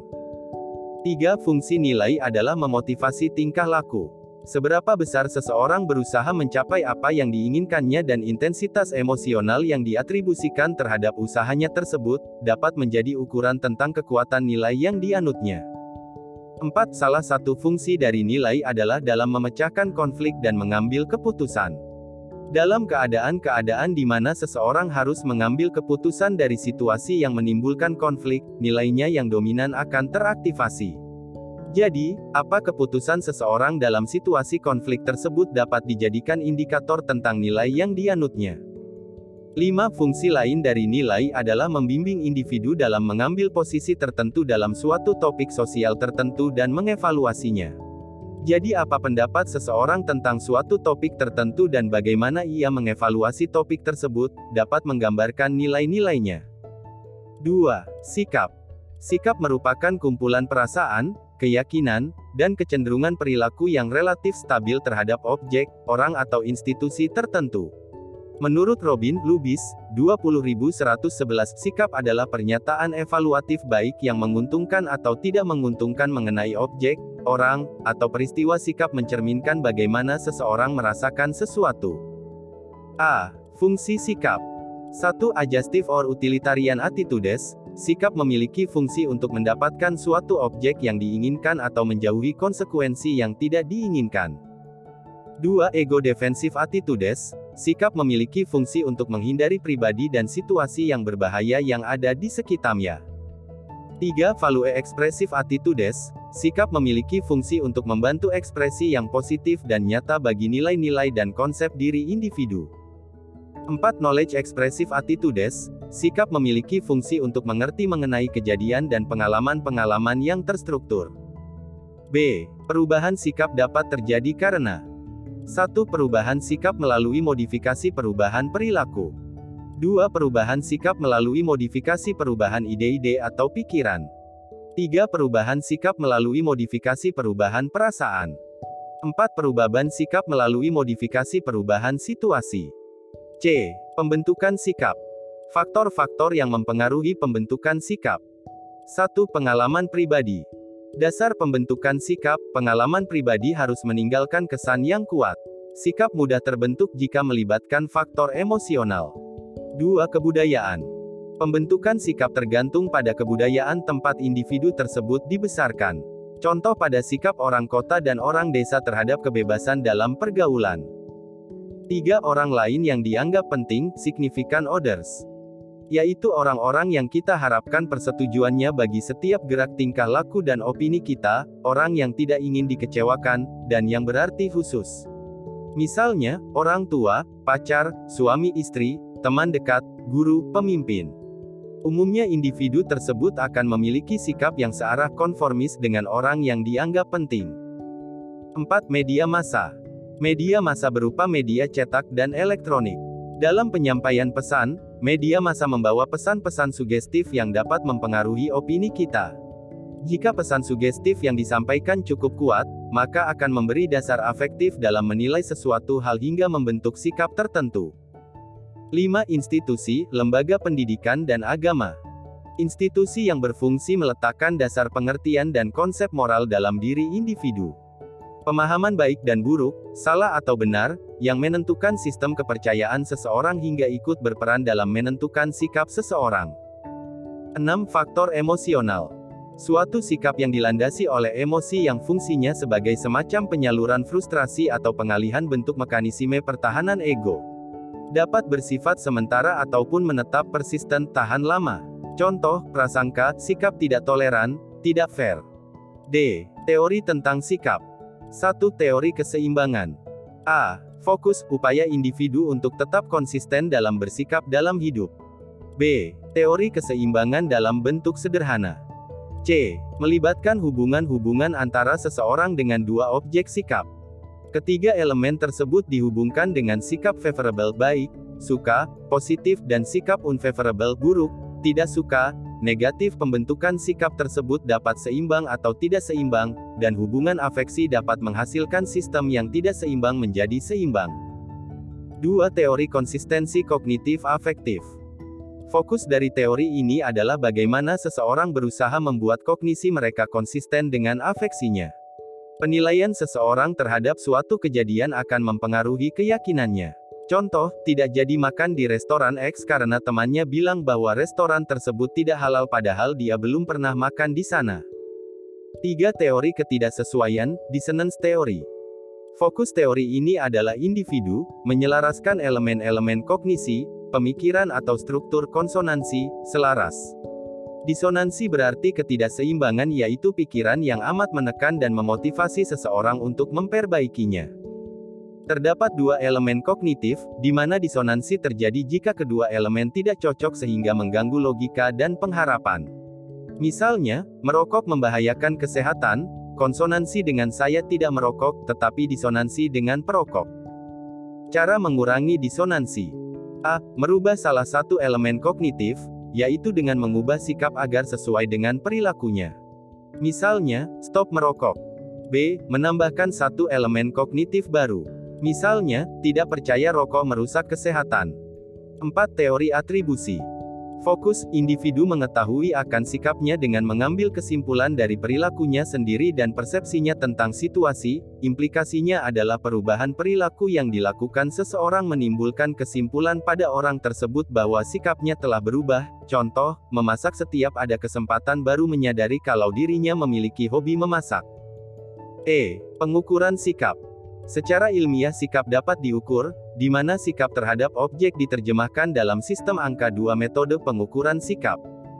Tiga. Fungsi nilai adalah memotivasi tingkah laku. Seberapa besar seseorang berusaha mencapai apa yang diinginkannya dan intensitas emosional yang diatribusikan terhadap usahanya tersebut, dapat menjadi ukuran tentang kekuatan nilai yang dianutnya. Empat. Salah satu fungsi dari nilai adalah dalam memecahkan konflik dan mengambil keputusan. Dalam keadaan-keadaan di mana seseorang harus mengambil keputusan dari situasi yang menimbulkan konflik, nilainya yang dominan akan teraktivasi. Jadi, apa keputusan seseorang dalam situasi konflik tersebut dapat dijadikan indikator tentang nilai yang dianutnya. Lima. Fungsi lain dari nilai adalah membimbing individu dalam mengambil posisi tertentu dalam suatu topik sosial tertentu dan mengevaluasinya. Jadi apa pendapat seseorang tentang suatu topik tertentu dan bagaimana ia mengevaluasi topik tersebut, dapat menggambarkan nilai-nilainya. Dua. Sikap. Sikap merupakan kumpulan perasaan, keyakinan, dan kecenderungan perilaku yang relatif stabil terhadap objek, orang atau institusi tertentu. Menurut Robin Lubis, dua puluh ribu seratus sebelas, sikap adalah pernyataan evaluatif baik yang menguntungkan atau tidak menguntungkan mengenai objek, orang, atau peristiwa. Sikap mencerminkan bagaimana seseorang merasakan sesuatu. A. Fungsi sikap. satu. Adjustive or utilitarian attitudes. Sikap memiliki fungsi untuk mendapatkan suatu objek yang diinginkan atau menjauhi konsekuensi yang tidak diinginkan. Dua. Ego defensive attitudes. Sikap memiliki fungsi untuk menghindari pribadi dan situasi yang berbahaya yang ada di sekitarnya. Tiga. Value expressive attitudes. Sikap memiliki fungsi untuk membantu ekspresi yang positif dan nyata bagi nilai-nilai dan konsep diri individu. Empat. Knowledge expressive attitudes. Sikap memiliki fungsi untuk mengerti mengenai kejadian dan pengalaman-pengalaman yang terstruktur. B. Perubahan sikap dapat terjadi karena satu. Perubahan sikap melalui modifikasi perubahan perilaku. Dua. Perubahan sikap melalui modifikasi perubahan ide-ide atau pikiran. Tiga. Perubahan sikap melalui modifikasi perubahan perasaan. Empat. Perubahan sikap melalui modifikasi perubahan situasi. C. Pembentukan sikap. Faktor-faktor yang mempengaruhi pembentukan sikap. satu. Pengalaman pribadi. Dasar pembentukan sikap, pengalaman pribadi harus meninggalkan kesan yang kuat. Sikap mudah terbentuk jika melibatkan faktor emosional. Dua. Kebudayaan. Pembentukan sikap tergantung pada kebudayaan tempat individu tersebut dibesarkan. Contoh pada sikap orang kota dan orang desa terhadap kebebasan dalam pergaulan. Tiga orang lain yang dianggap penting, significant others. Yaitu orang-orang yang kita harapkan persetujuannya bagi setiap gerak tingkah laku dan opini kita, orang yang tidak ingin dikecewakan, dan yang berarti khusus. Misalnya, orang tua, pacar, suami istri, teman dekat, guru, pemimpin. Umumnya individu tersebut akan memiliki sikap yang searah konformis dengan orang yang dianggap penting. empat. Media massa. Media massa berupa media cetak dan elektronik. Dalam penyampaian pesan, media massa membawa pesan-pesan sugestif yang dapat mempengaruhi opini kita. Jika pesan sugestif yang disampaikan cukup kuat, maka akan memberi dasar afektif dalam menilai sesuatu hal hingga membentuk sikap tertentu. lima. Institusi, lembaga pendidikan dan agama. Institusi yang berfungsi meletakkan dasar pengertian dan konsep moral dalam diri individu. Pemahaman baik dan buruk, salah atau benar, yang menentukan sistem kepercayaan seseorang hingga ikut berperan dalam menentukan sikap seseorang. enam. Faktor emosional. Suatu sikap yang dilandasi oleh emosi yang fungsinya sebagai semacam penyaluran frustrasi atau pengalihan bentuk mekanisme pertahanan ego. Dapat bersifat sementara ataupun menetap persisten tahan lama. Contoh, prasangka, sikap tidak toleran, tidak fair. D. Teori tentang sikap. satu. Teori keseimbangan. A. Fokus, upaya individu untuk tetap konsisten dalam bersikap dalam hidup. B. Teori keseimbangan dalam bentuk sederhana. C. Melibatkan hubungan-hubungan antara seseorang dengan dua objek sikap. Ketiga elemen tersebut dihubungkan dengan sikap favorable baik, suka, positif dan sikap unfavorable buruk, tidak suka, negatif. Pembentukan sikap tersebut dapat seimbang atau tidak seimbang, dan hubungan afeksi dapat menghasilkan sistem yang tidak seimbang menjadi seimbang. dua. Teori konsistensi kognitif afektif. Fokus dari teori ini adalah bagaimana seseorang berusaha membuat kognisi mereka konsisten dengan afeksinya. Penilaian seseorang terhadap suatu kejadian akan mempengaruhi keyakinannya. Contoh, tidak jadi makan di restoran X karena temannya bilang bahwa restoran tersebut tidak halal padahal dia belum pernah makan di sana. tiga. Teori ketidaksesuaian, dissonance theory. Fokus teori ini adalah individu, menyelaraskan elemen-elemen kognisi, pemikiran atau struktur konsonansi, selaras. Disonansi berarti ketidakseimbangan, yaitu pikiran yang amat menekan dan memotivasi seseorang untuk memperbaikinya. Terdapat dua elemen kognitif, di mana disonansi terjadi jika kedua elemen tidak cocok sehingga mengganggu logika dan pengharapan. Misalnya, merokok membahayakan kesehatan, konsonansi dengan saya tidak merokok, tetapi disonansi dengan perokok. Cara mengurangi disonansi. A. Merubah salah satu elemen kognitif, yaitu dengan mengubah sikap agar sesuai dengan perilakunya. Misalnya, stop merokok. B. Menambahkan satu elemen kognitif baru. Misalnya, tidak percaya rokok merusak kesehatan. empat. Teori atribusi. Fokus, individu mengetahui akan sikapnya dengan mengambil kesimpulan dari perilakunya sendiri dan persepsinya tentang situasi. Implikasinya adalah perubahan perilaku yang dilakukan seseorang menimbulkan kesimpulan pada orang tersebut bahwa sikapnya telah berubah. Contoh, memasak setiap ada kesempatan baru menyadari kalau dirinya memiliki hobi memasak. E. Pengukuran sikap. Secara ilmiah sikap dapat diukur, di mana sikap terhadap objek diterjemahkan dalam sistem angka dua metode pengukuran sikap.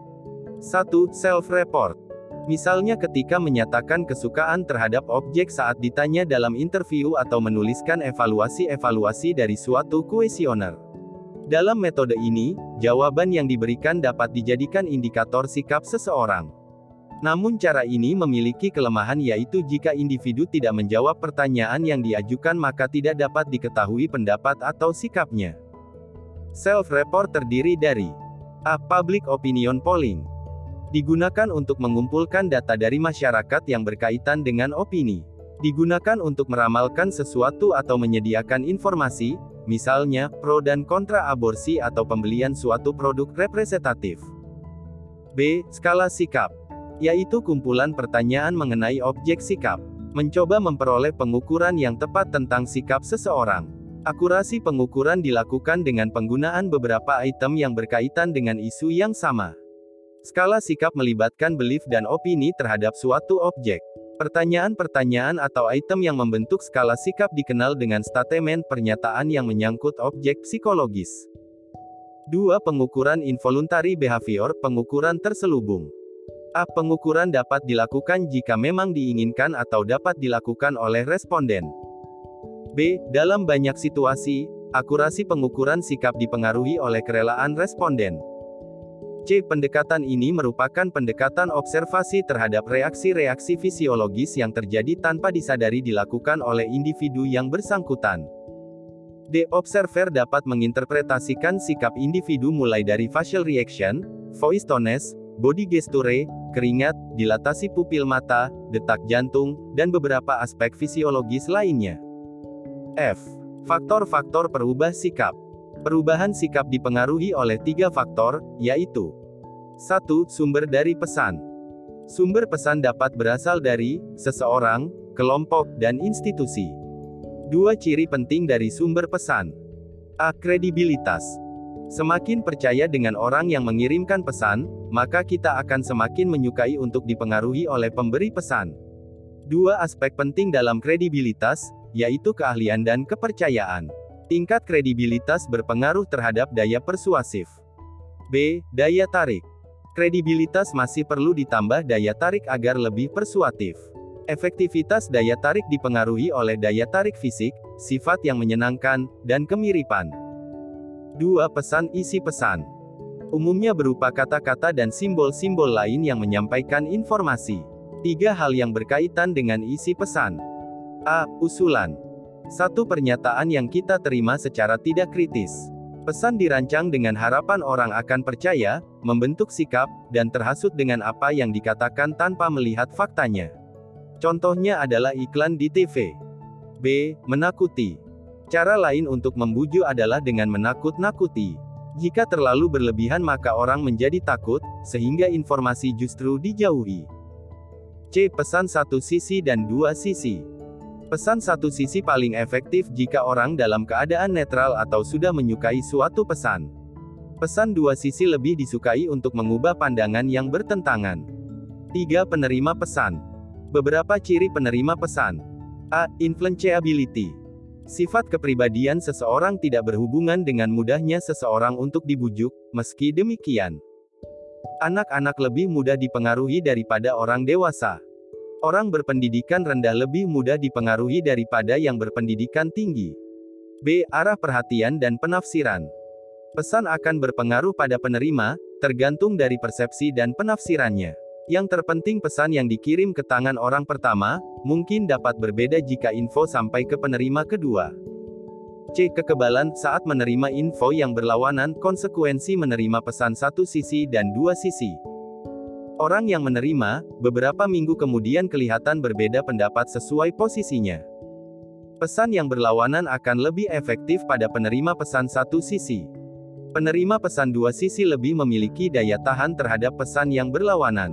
satu. Self-report. Misalnya ketika menyatakan kesukaan terhadap objek saat ditanya dalam interview atau menuliskan evaluasi-evaluasi dari suatu kuesioner. Dalam metode ini, jawaban yang diberikan dapat dijadikan indikator sikap seseorang. Namun cara ini memiliki kelemahan, yaitu jika individu tidak menjawab pertanyaan yang diajukan maka tidak dapat diketahui pendapat atau sikapnya. Self-report terdiri dari A. Public opinion polling. Digunakan untuk mengumpulkan data dari masyarakat yang berkaitan dengan opini. Digunakan untuk meramalkan sesuatu atau menyediakan informasi, misalnya, pro dan kontra aborsi atau pembelian suatu produk representatif. B. Skala sikap. Yaitu kumpulan pertanyaan mengenai objek sikap. Mencoba memperoleh pengukuran yang tepat tentang sikap seseorang. Akurasi pengukuran dilakukan dengan penggunaan beberapa item yang berkaitan dengan isu yang sama. Skala sikap melibatkan belief dan opini terhadap suatu objek. Pertanyaan-pertanyaan atau item yang membentuk skala sikap dikenal dengan statemen pernyataan yang menyangkut objek psikologis. dua. Pengukuran involuntary behavior, pengukuran terselubung. A. Pengukuran dapat dilakukan jika memang diinginkan atau dapat dilakukan oleh responden. B. Dalam banyak situasi, akurasi pengukuran sikap dipengaruhi oleh kerelaan responden. C. Pendekatan ini merupakan pendekatan observasi terhadap reaksi-reaksi fisiologis yang terjadi tanpa disadari dilakukan oleh individu yang bersangkutan. D. Observer dapat menginterpretasikan sikap individu mulai dari facial reaction, voice tones, body gesture, keringat, dilatasi pupil mata, detak jantung, dan beberapa aspek fisiologis lainnya. F. Faktor-faktor perubah sikap. Perubahan sikap dipengaruhi oleh tiga faktor, yaitu satu. Sumber dari pesan. Sumber pesan dapat berasal dari seseorang, kelompok, dan institusi. Dua. Ciri penting dari sumber pesan. A. Kredibilitas. Semakin percaya dengan orang yang mengirimkan pesan, maka kita akan semakin menyukai untuk dipengaruhi oleh pemberi pesan. Dua aspek penting dalam kredibilitas, yaitu keahlian dan kepercayaan. Tingkat kredibilitas berpengaruh terhadap daya persuasif. B. Daya tarik. Kredibilitas masih perlu ditambah daya tarik agar lebih persuasif. Efektivitas daya tarik dipengaruhi oleh daya tarik fisik, sifat yang menyenangkan, dan kemiripan. Dua. Pesan isi pesan. Umumnya berupa kata-kata dan simbol-simbol lain yang menyampaikan informasi. Tiga hal yang berkaitan dengan isi pesan. A. Usulan. Satu pernyataan yang kita terima secara tidak kritis. Pesan dirancang dengan harapan orang akan percaya, membentuk sikap, dan terhasut dengan apa yang dikatakan tanpa melihat faktanya. Contohnya adalah iklan di T V. B. Menakuti. Cara lain untuk membujuk adalah dengan menakut-nakuti. Jika terlalu berlebihan maka orang menjadi takut, sehingga informasi justru dijauhi. C. Pesan satu sisi dan dua sisi. Pesan satu sisi paling efektif jika orang dalam keadaan netral atau sudah menyukai suatu pesan. Pesan dua sisi lebih disukai untuk mengubah pandangan yang bertentangan. Tiga. Penerima pesan. Beberapa ciri penerima pesan. A. Influenceability. Sifat kepribadian seseorang tidak berhubungan dengan mudahnya seseorang untuk dibujuk. Meski demikian, anak-anak lebih mudah dipengaruhi daripada orang dewasa. Orang berpendidikan rendah lebih mudah dipengaruhi daripada yang berpendidikan tinggi. B. Arah perhatian dan penafsiran. Pesan akan berpengaruh pada penerima, tergantung dari persepsi dan penafsirannya. Yang terpenting pesan yang dikirim ke tangan orang pertama, mungkin dapat berbeda jika info sampai ke penerima kedua. C. Kekebalan saat menerima info yang berlawanan, konsekuensi menerima pesan satu sisi dan dua sisi. Orang yang menerima, beberapa minggu kemudian kelihatan berbeda pendapat sesuai posisinya. Pesan yang berlawanan akan lebih efektif pada penerima pesan satu sisi. Penerima pesan dua sisi lebih memiliki daya tahan terhadap pesan yang berlawanan.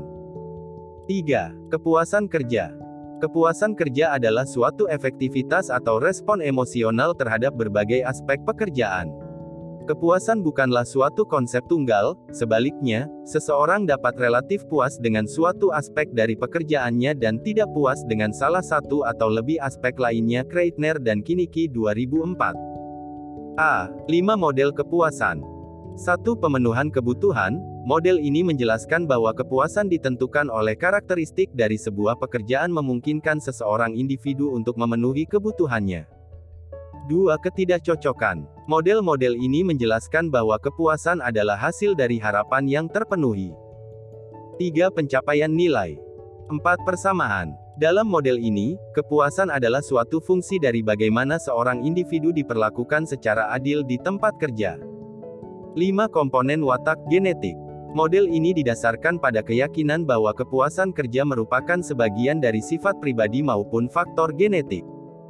Tiga. Kepuasan kerja. Kepuasan kerja adalah suatu efektivitas atau respon emosional terhadap berbagai aspek pekerjaan. Kepuasan bukanlah suatu konsep tunggal, sebaliknya, seseorang dapat relatif puas dengan suatu aspek dari pekerjaannya dan tidak puas dengan salah satu atau lebih aspek lainnya. Kreitner dan Kiniki dua ribu empat. A. lima Model kepuasan. satu. Pemenuhan kebutuhan. Model ini menjelaskan bahwa kepuasan ditentukan oleh karakteristik dari sebuah pekerjaan memungkinkan seseorang individu untuk memenuhi kebutuhannya. dua. Ketidakcocokan. Model-model ini menjelaskan bahwa kepuasan adalah hasil dari harapan yang terpenuhi. tiga. Pencapaian nilai. empat. Persamaan. Dalam model ini, kepuasan adalah suatu fungsi dari bagaimana seorang individu diperlakukan secara adil di tempat kerja. lima. Komponen watak genetik. Model ini didasarkan pada keyakinan bahwa kepuasan kerja merupakan sebagian dari sifat pribadi maupun faktor genetik.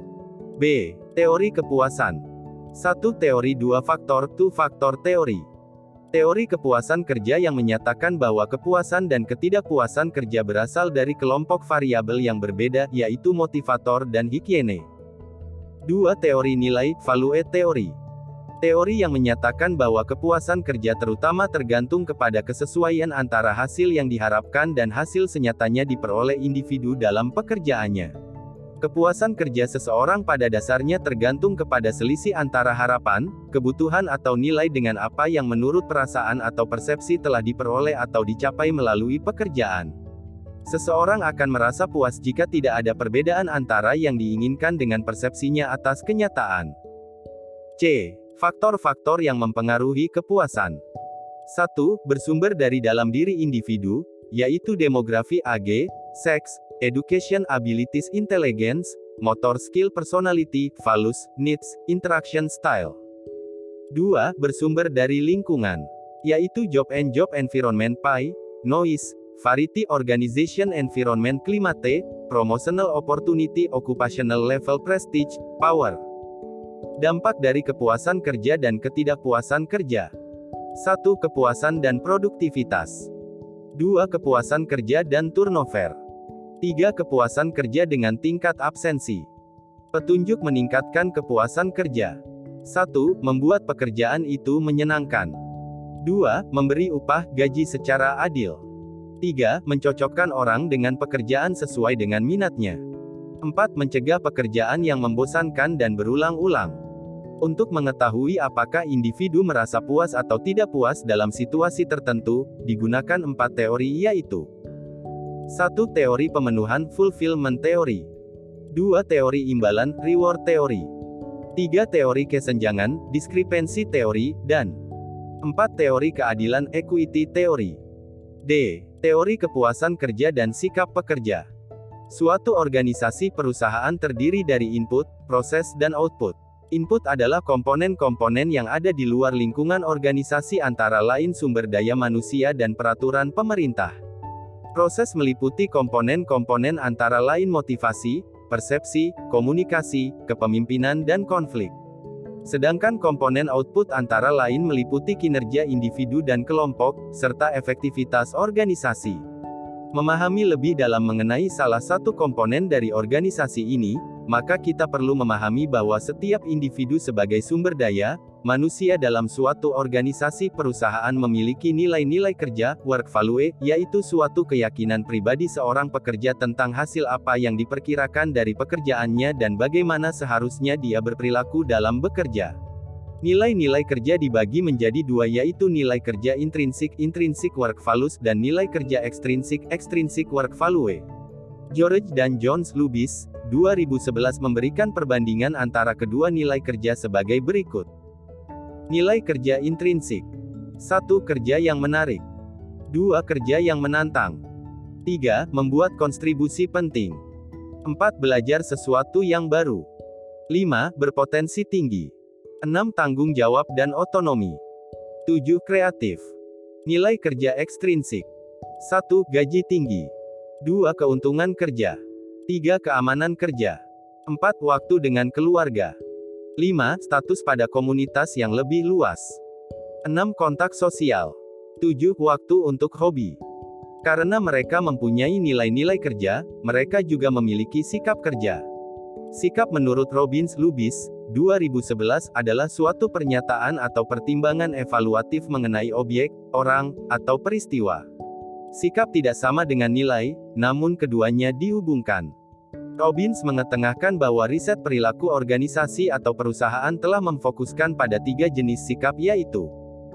B. Teori kepuasan. satu. Teori dua faktor, two faktor teori. Teori kepuasan kerja yang menyatakan bahwa kepuasan dan ketidakpuasan kerja berasal dari kelompok variabel yang berbeda, yaitu motivator dan higiene. dua. Teori nilai, value teori. Teori yang menyatakan bahwa kepuasan kerja terutama tergantung kepada kesesuaian antara hasil yang diharapkan dan hasil senyatanya diperoleh individu dalam pekerjaannya. Kepuasan kerja seseorang pada dasarnya tergantung kepada selisih antara harapan, kebutuhan atau nilai dengan apa yang menurut perasaan atau persepsi telah diperoleh atau dicapai melalui pekerjaan. Seseorang akan merasa puas jika tidak ada perbedaan antara yang diinginkan dengan persepsinya atas kenyataan. C. Faktor-faktor yang mempengaruhi kepuasan. satu. Bersumber dari dalam diri individu, yaitu demografi A G, seks, education abilities intelligence, motor skill personality, values, needs, interaction style. dua. Bersumber dari lingkungan, yaitu job and job environment P I, noise, variety organization environment climate, promotional opportunity occupational level prestige, power. Dampak dari kepuasan kerja dan ketidakpuasan kerja. satu. Kepuasan dan produktivitas. dua. Kepuasan kerja dan turnover. tiga. Kepuasan kerja dengan tingkat absensi. Petunjuk meningkatkan kepuasan kerja. satu. Membuat pekerjaan itu menyenangkan. dua. Memberi upah, gaji secara adil. tiga. Mencocokkan orang dengan pekerjaan sesuai dengan minatnya. empat. Mencegah pekerjaan yang membosankan dan berulang-ulang. Untuk mengetahui apakah individu merasa puas atau tidak puas dalam situasi tertentu, digunakan empat teori yaitu: satu. Teori pemenuhan fulfillment theory. dua. Teori imbalan reward theory. tiga. Teori kesenjangan discrepancy theory, dan empat. Teori keadilan equity theory. D. Teori kepuasan kerja dan sikap pekerja. Suatu organisasi perusahaan terdiri dari input, proses dan output. Input adalah komponen-komponen yang ada di luar lingkungan organisasi antara lain sumber daya manusia dan peraturan pemerintah. Proses meliputi komponen-komponen antara lain motivasi, persepsi, komunikasi, kepemimpinan dan konflik. Sedangkan komponen output antara lain meliputi kinerja individu dan kelompok, serta efektivitas organisasi. Memahami lebih dalam mengenai salah satu komponen dari organisasi ini, maka kita perlu memahami bahwa setiap individu sebagai sumber daya manusia dalam suatu organisasi perusahaan memiliki nilai-nilai kerja, work value, yaitu suatu keyakinan pribadi seorang pekerja tentang hasil apa yang diperkirakan dari pekerjaannya dan bagaimana seharusnya dia berperilaku dalam bekerja. Nilai-nilai kerja dibagi menjadi dua yaitu nilai kerja intrinsik intrinsic work values dan nilai kerja ekstrinsik extrinsic work value. George dan John Lubis, dua ribu sebelas memberikan perbandingan antara kedua nilai kerja sebagai berikut. Nilai kerja intrinsik. satu. Kerja yang menarik. dua. Kerja yang menantang. tiga. Membuat kontribusi penting. empat. Belajar sesuatu yang baru. lima. Berpotensi tinggi. enam. Tanggung jawab dan otonomi. tujuh. Kreatif. Nilai kerja ekstrinsik. satu. Gaji tinggi. dua. Keuntungan kerja. tiga. Keamanan kerja. empat. Waktu dengan keluarga. lima. Status pada komunitas yang lebih luas. enam. Kontak sosial. tujuh. Waktu untuk hobi. Karena mereka mempunyai nilai-nilai kerja, mereka juga memiliki sikap kerja. Sikap menurut Robbins Lubis, dua ribu sebelas, adalah suatu pernyataan atau pertimbangan evaluatif mengenai objek, orang, atau peristiwa. Sikap tidak sama dengan nilai, namun keduanya dihubungkan. Robbins mengetengahkan bahwa riset perilaku organisasi atau perusahaan telah memfokuskan pada tiga jenis sikap yaitu: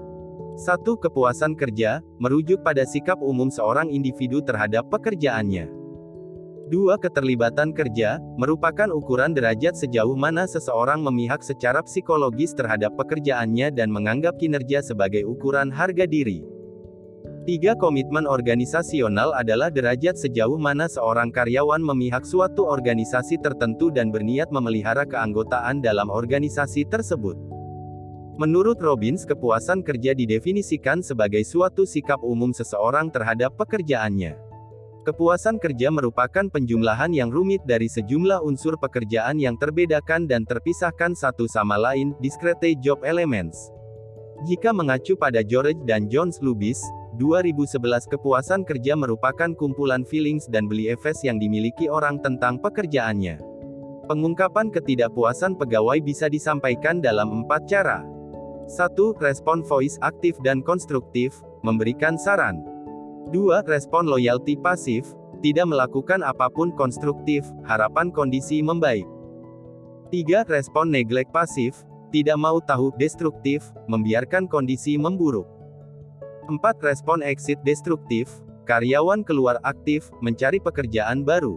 satu. Kepuasan kerja, merujuk pada sikap umum seorang individu terhadap pekerjaannya. dua. Keterlibatan kerja, merupakan ukuran derajat sejauh mana seseorang memihak secara psikologis terhadap pekerjaannya dan menganggap kinerja sebagai ukuran harga diri. tiga. Komitmen organisasional adalah derajat sejauh mana seorang karyawan memihak suatu organisasi tertentu dan berniat memelihara keanggotaan dalam organisasi tersebut. Menurut Robbins, kepuasan kerja didefinisikan sebagai suatu sikap umum seseorang terhadap pekerjaannya. Kepuasan kerja merupakan penjumlahan yang rumit dari sejumlah unsur pekerjaan yang terbedakan dan terpisahkan satu sama lain, discrete job elements. Jika mengacu pada George dan John Lubis, dua ribu sebelas, kepuasan kerja merupakan kumpulan feelings dan beliefs yang dimiliki orang tentang pekerjaannya. Pengungkapan ketidakpuasan pegawai bisa disampaikan dalam empat cara. satu. Respon voice aktif dan konstruktif, memberikan saran. dua. Respon loyalty pasif, tidak melakukan apapun konstruktif, harapan kondisi membaik. tiga. Respon neglect pasif, tidak mau tahu, destruktif, membiarkan kondisi memburuk. empat. Respon exit destruktif, karyawan keluar aktif, mencari pekerjaan baru.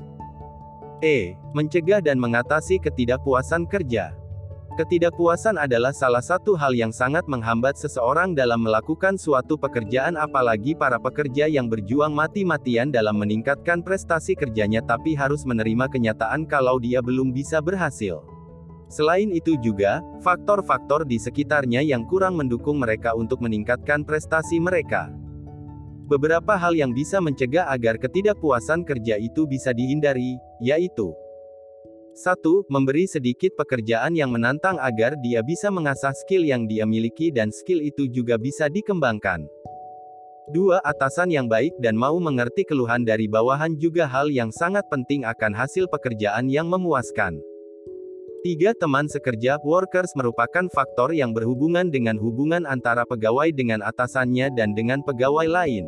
E. Mencegah dan mengatasi ketidakpuasan kerja. Ketidakpuasan adalah salah satu hal yang sangat menghambat seseorang dalam melakukan suatu pekerjaan, apalagi para pekerja yang berjuang mati-matian dalam meningkatkan prestasi kerjanya tapi harus menerima kenyataan kalau dia belum bisa berhasil. Selain itu juga, faktor-faktor di sekitarnya yang kurang mendukung mereka untuk meningkatkan prestasi mereka. Beberapa hal yang bisa mencegah agar ketidakpuasan kerja itu bisa dihindari, yaitu satu. Memberi sedikit pekerjaan yang menantang agar dia bisa mengasah skill yang dia miliki dan skill itu juga bisa dikembangkan. dua. Atasan yang baik dan mau mengerti keluhan dari bawahan juga hal yang sangat penting akan hasil pekerjaan yang memuaskan. tiga. Teman sekerja, workers merupakan faktor yang berhubungan dengan hubungan antara pegawai dengan atasannya dan dengan pegawai lain.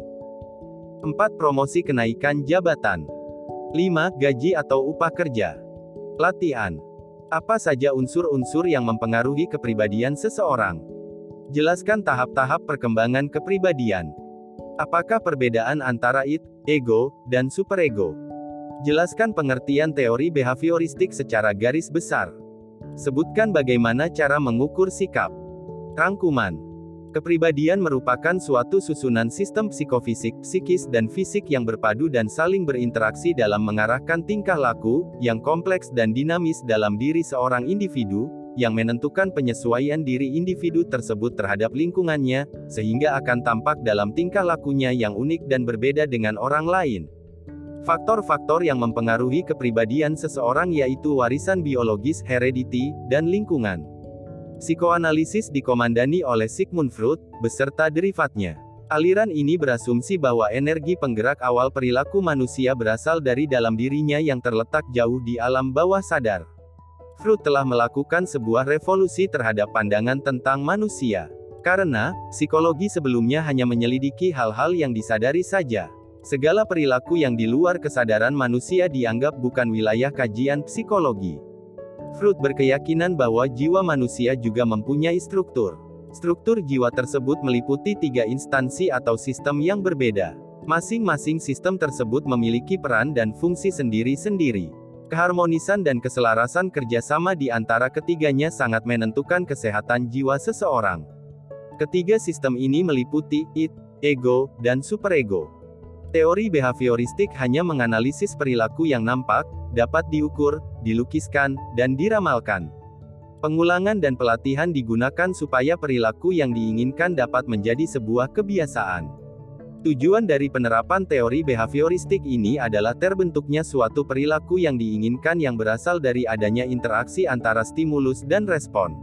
empat. Promosi kenaikan jabatan. lima. Gaji atau upah kerja. Latihan. Apa saja unsur-unsur yang mempengaruhi kepribadian seseorang? Jelaskan tahap-tahap perkembangan kepribadian. Apakah perbedaan antara id, ego, dan superego? Jelaskan pengertian teori behavioristik secara garis besar. Sebutkan bagaimana cara mengukur sikap. Rangkuman. Kepribadian merupakan suatu susunan sistem psikofisik, psikis dan fisik yang berpadu dan saling berinteraksi dalam mengarahkan tingkah laku, yang kompleks dan dinamis dalam diri seorang individu, yang menentukan penyesuaian diri individu tersebut terhadap lingkungannya, sehingga akan tampak dalam tingkah lakunya yang unik dan berbeda dengan orang lain. Faktor-faktor yang mempengaruhi kepribadian seseorang yaitu warisan biologis, heredity, dan lingkungan. Psikoanalisis dikomandani oleh Sigmund Freud, beserta derivatnya. Aliran ini berasumsi bahwa energi penggerak awal perilaku manusia berasal dari dalam dirinya yang terletak jauh di alam bawah sadar. Freud telah melakukan sebuah revolusi terhadap pandangan tentang manusia. Karena, psikologi sebelumnya hanya menyelidiki hal-hal yang disadari saja. Segala perilaku yang di luar kesadaran manusia dianggap bukan wilayah kajian psikologi. Freud berkeyakinan bahwa jiwa manusia juga mempunyai struktur. Struktur jiwa tersebut meliputi tiga instansi atau sistem yang berbeda. Masing-masing sistem tersebut memiliki peran dan fungsi sendiri-sendiri. Keharmonisan dan keselarasan kerjasama di antara ketiganya sangat menentukan kesehatan jiwa seseorang. Ketiga sistem ini meliputi id, ego, dan superego. Teori behavioristik hanya menganalisis perilaku yang nampak, dapat diukur, dilukiskan, dan diramalkan. Pengulangan dan pelatihan digunakan supaya perilaku yang diinginkan dapat menjadi sebuah kebiasaan. Tujuan dari penerapan teori behavioristik ini adalah terbentuknya suatu perilaku yang diinginkan yang berasal dari adanya interaksi antara stimulus dan respon.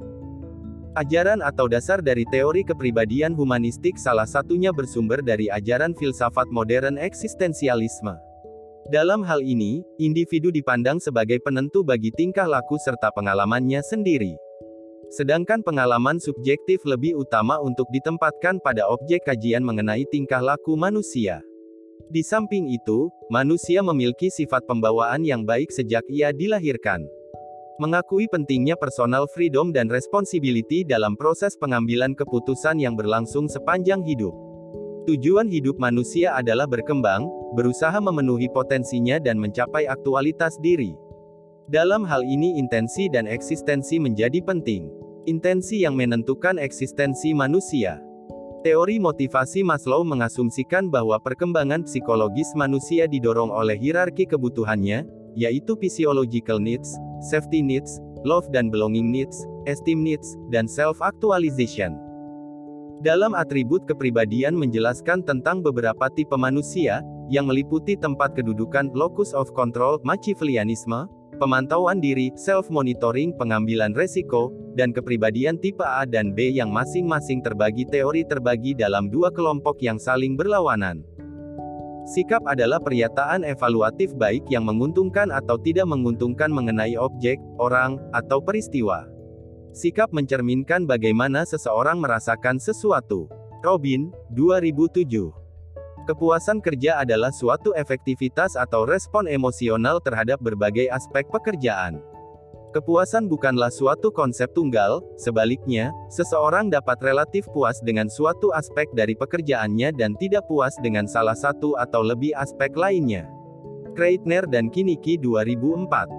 Ajaran atau dasar dari teori kepribadian humanistik salah satunya bersumber dari ajaran filsafat modern eksistensialisme. Dalam hal ini, individu dipandang sebagai penentu bagi tingkah laku serta pengalamannya sendiri. Sedangkan pengalaman subjektif lebih utama untuk ditempatkan pada objek kajian mengenai tingkah laku manusia. Di samping itu, manusia memiliki sifat pembawaan yang baik sejak ia dilahirkan. Mengakui pentingnya personal freedom dan responsibility dalam proses pengambilan keputusan yang berlangsung sepanjang hidup. Tujuan hidup manusia adalah berkembang, berusaha memenuhi potensinya dan mencapai aktualitas diri. Dalam hal ini intensi dan eksistensi menjadi penting. Intensi yang menentukan eksistensi manusia. Teori motivasi Maslow mengasumsikan bahwa perkembangan psikologis manusia didorong oleh hierarki kebutuhannya, yaitu physiological needs, safety needs, love dan belonging needs, esteem needs, dan self-actualization. Dalam atribut kepribadian menjelaskan tentang beberapa tipe manusia, yang meliputi tempat kedudukan, locus of control, Machiavellianisme, pemantauan diri, self-monitoring, pengambilan resiko, dan kepribadian tipe A dan B yang masing-masing terbagi teori terbagi dalam dua kelompok yang saling berlawanan. Sikap adalah pernyataan evaluatif baik yang menguntungkan atau tidak menguntungkan mengenai objek, orang, atau peristiwa. Sikap mencerminkan bagaimana seseorang merasakan sesuatu. Robin, dua ribu tujuh. Kepuasan kerja adalah suatu efektivitas atau respon emosional terhadap berbagai aspek pekerjaan. Kepuasan bukanlah suatu konsep tunggal, sebaliknya, seseorang dapat relatif puas dengan suatu aspek dari pekerjaannya dan tidak puas dengan salah satu atau lebih aspek lainnya. Kreitner dan Kinnicki dua ribu empat.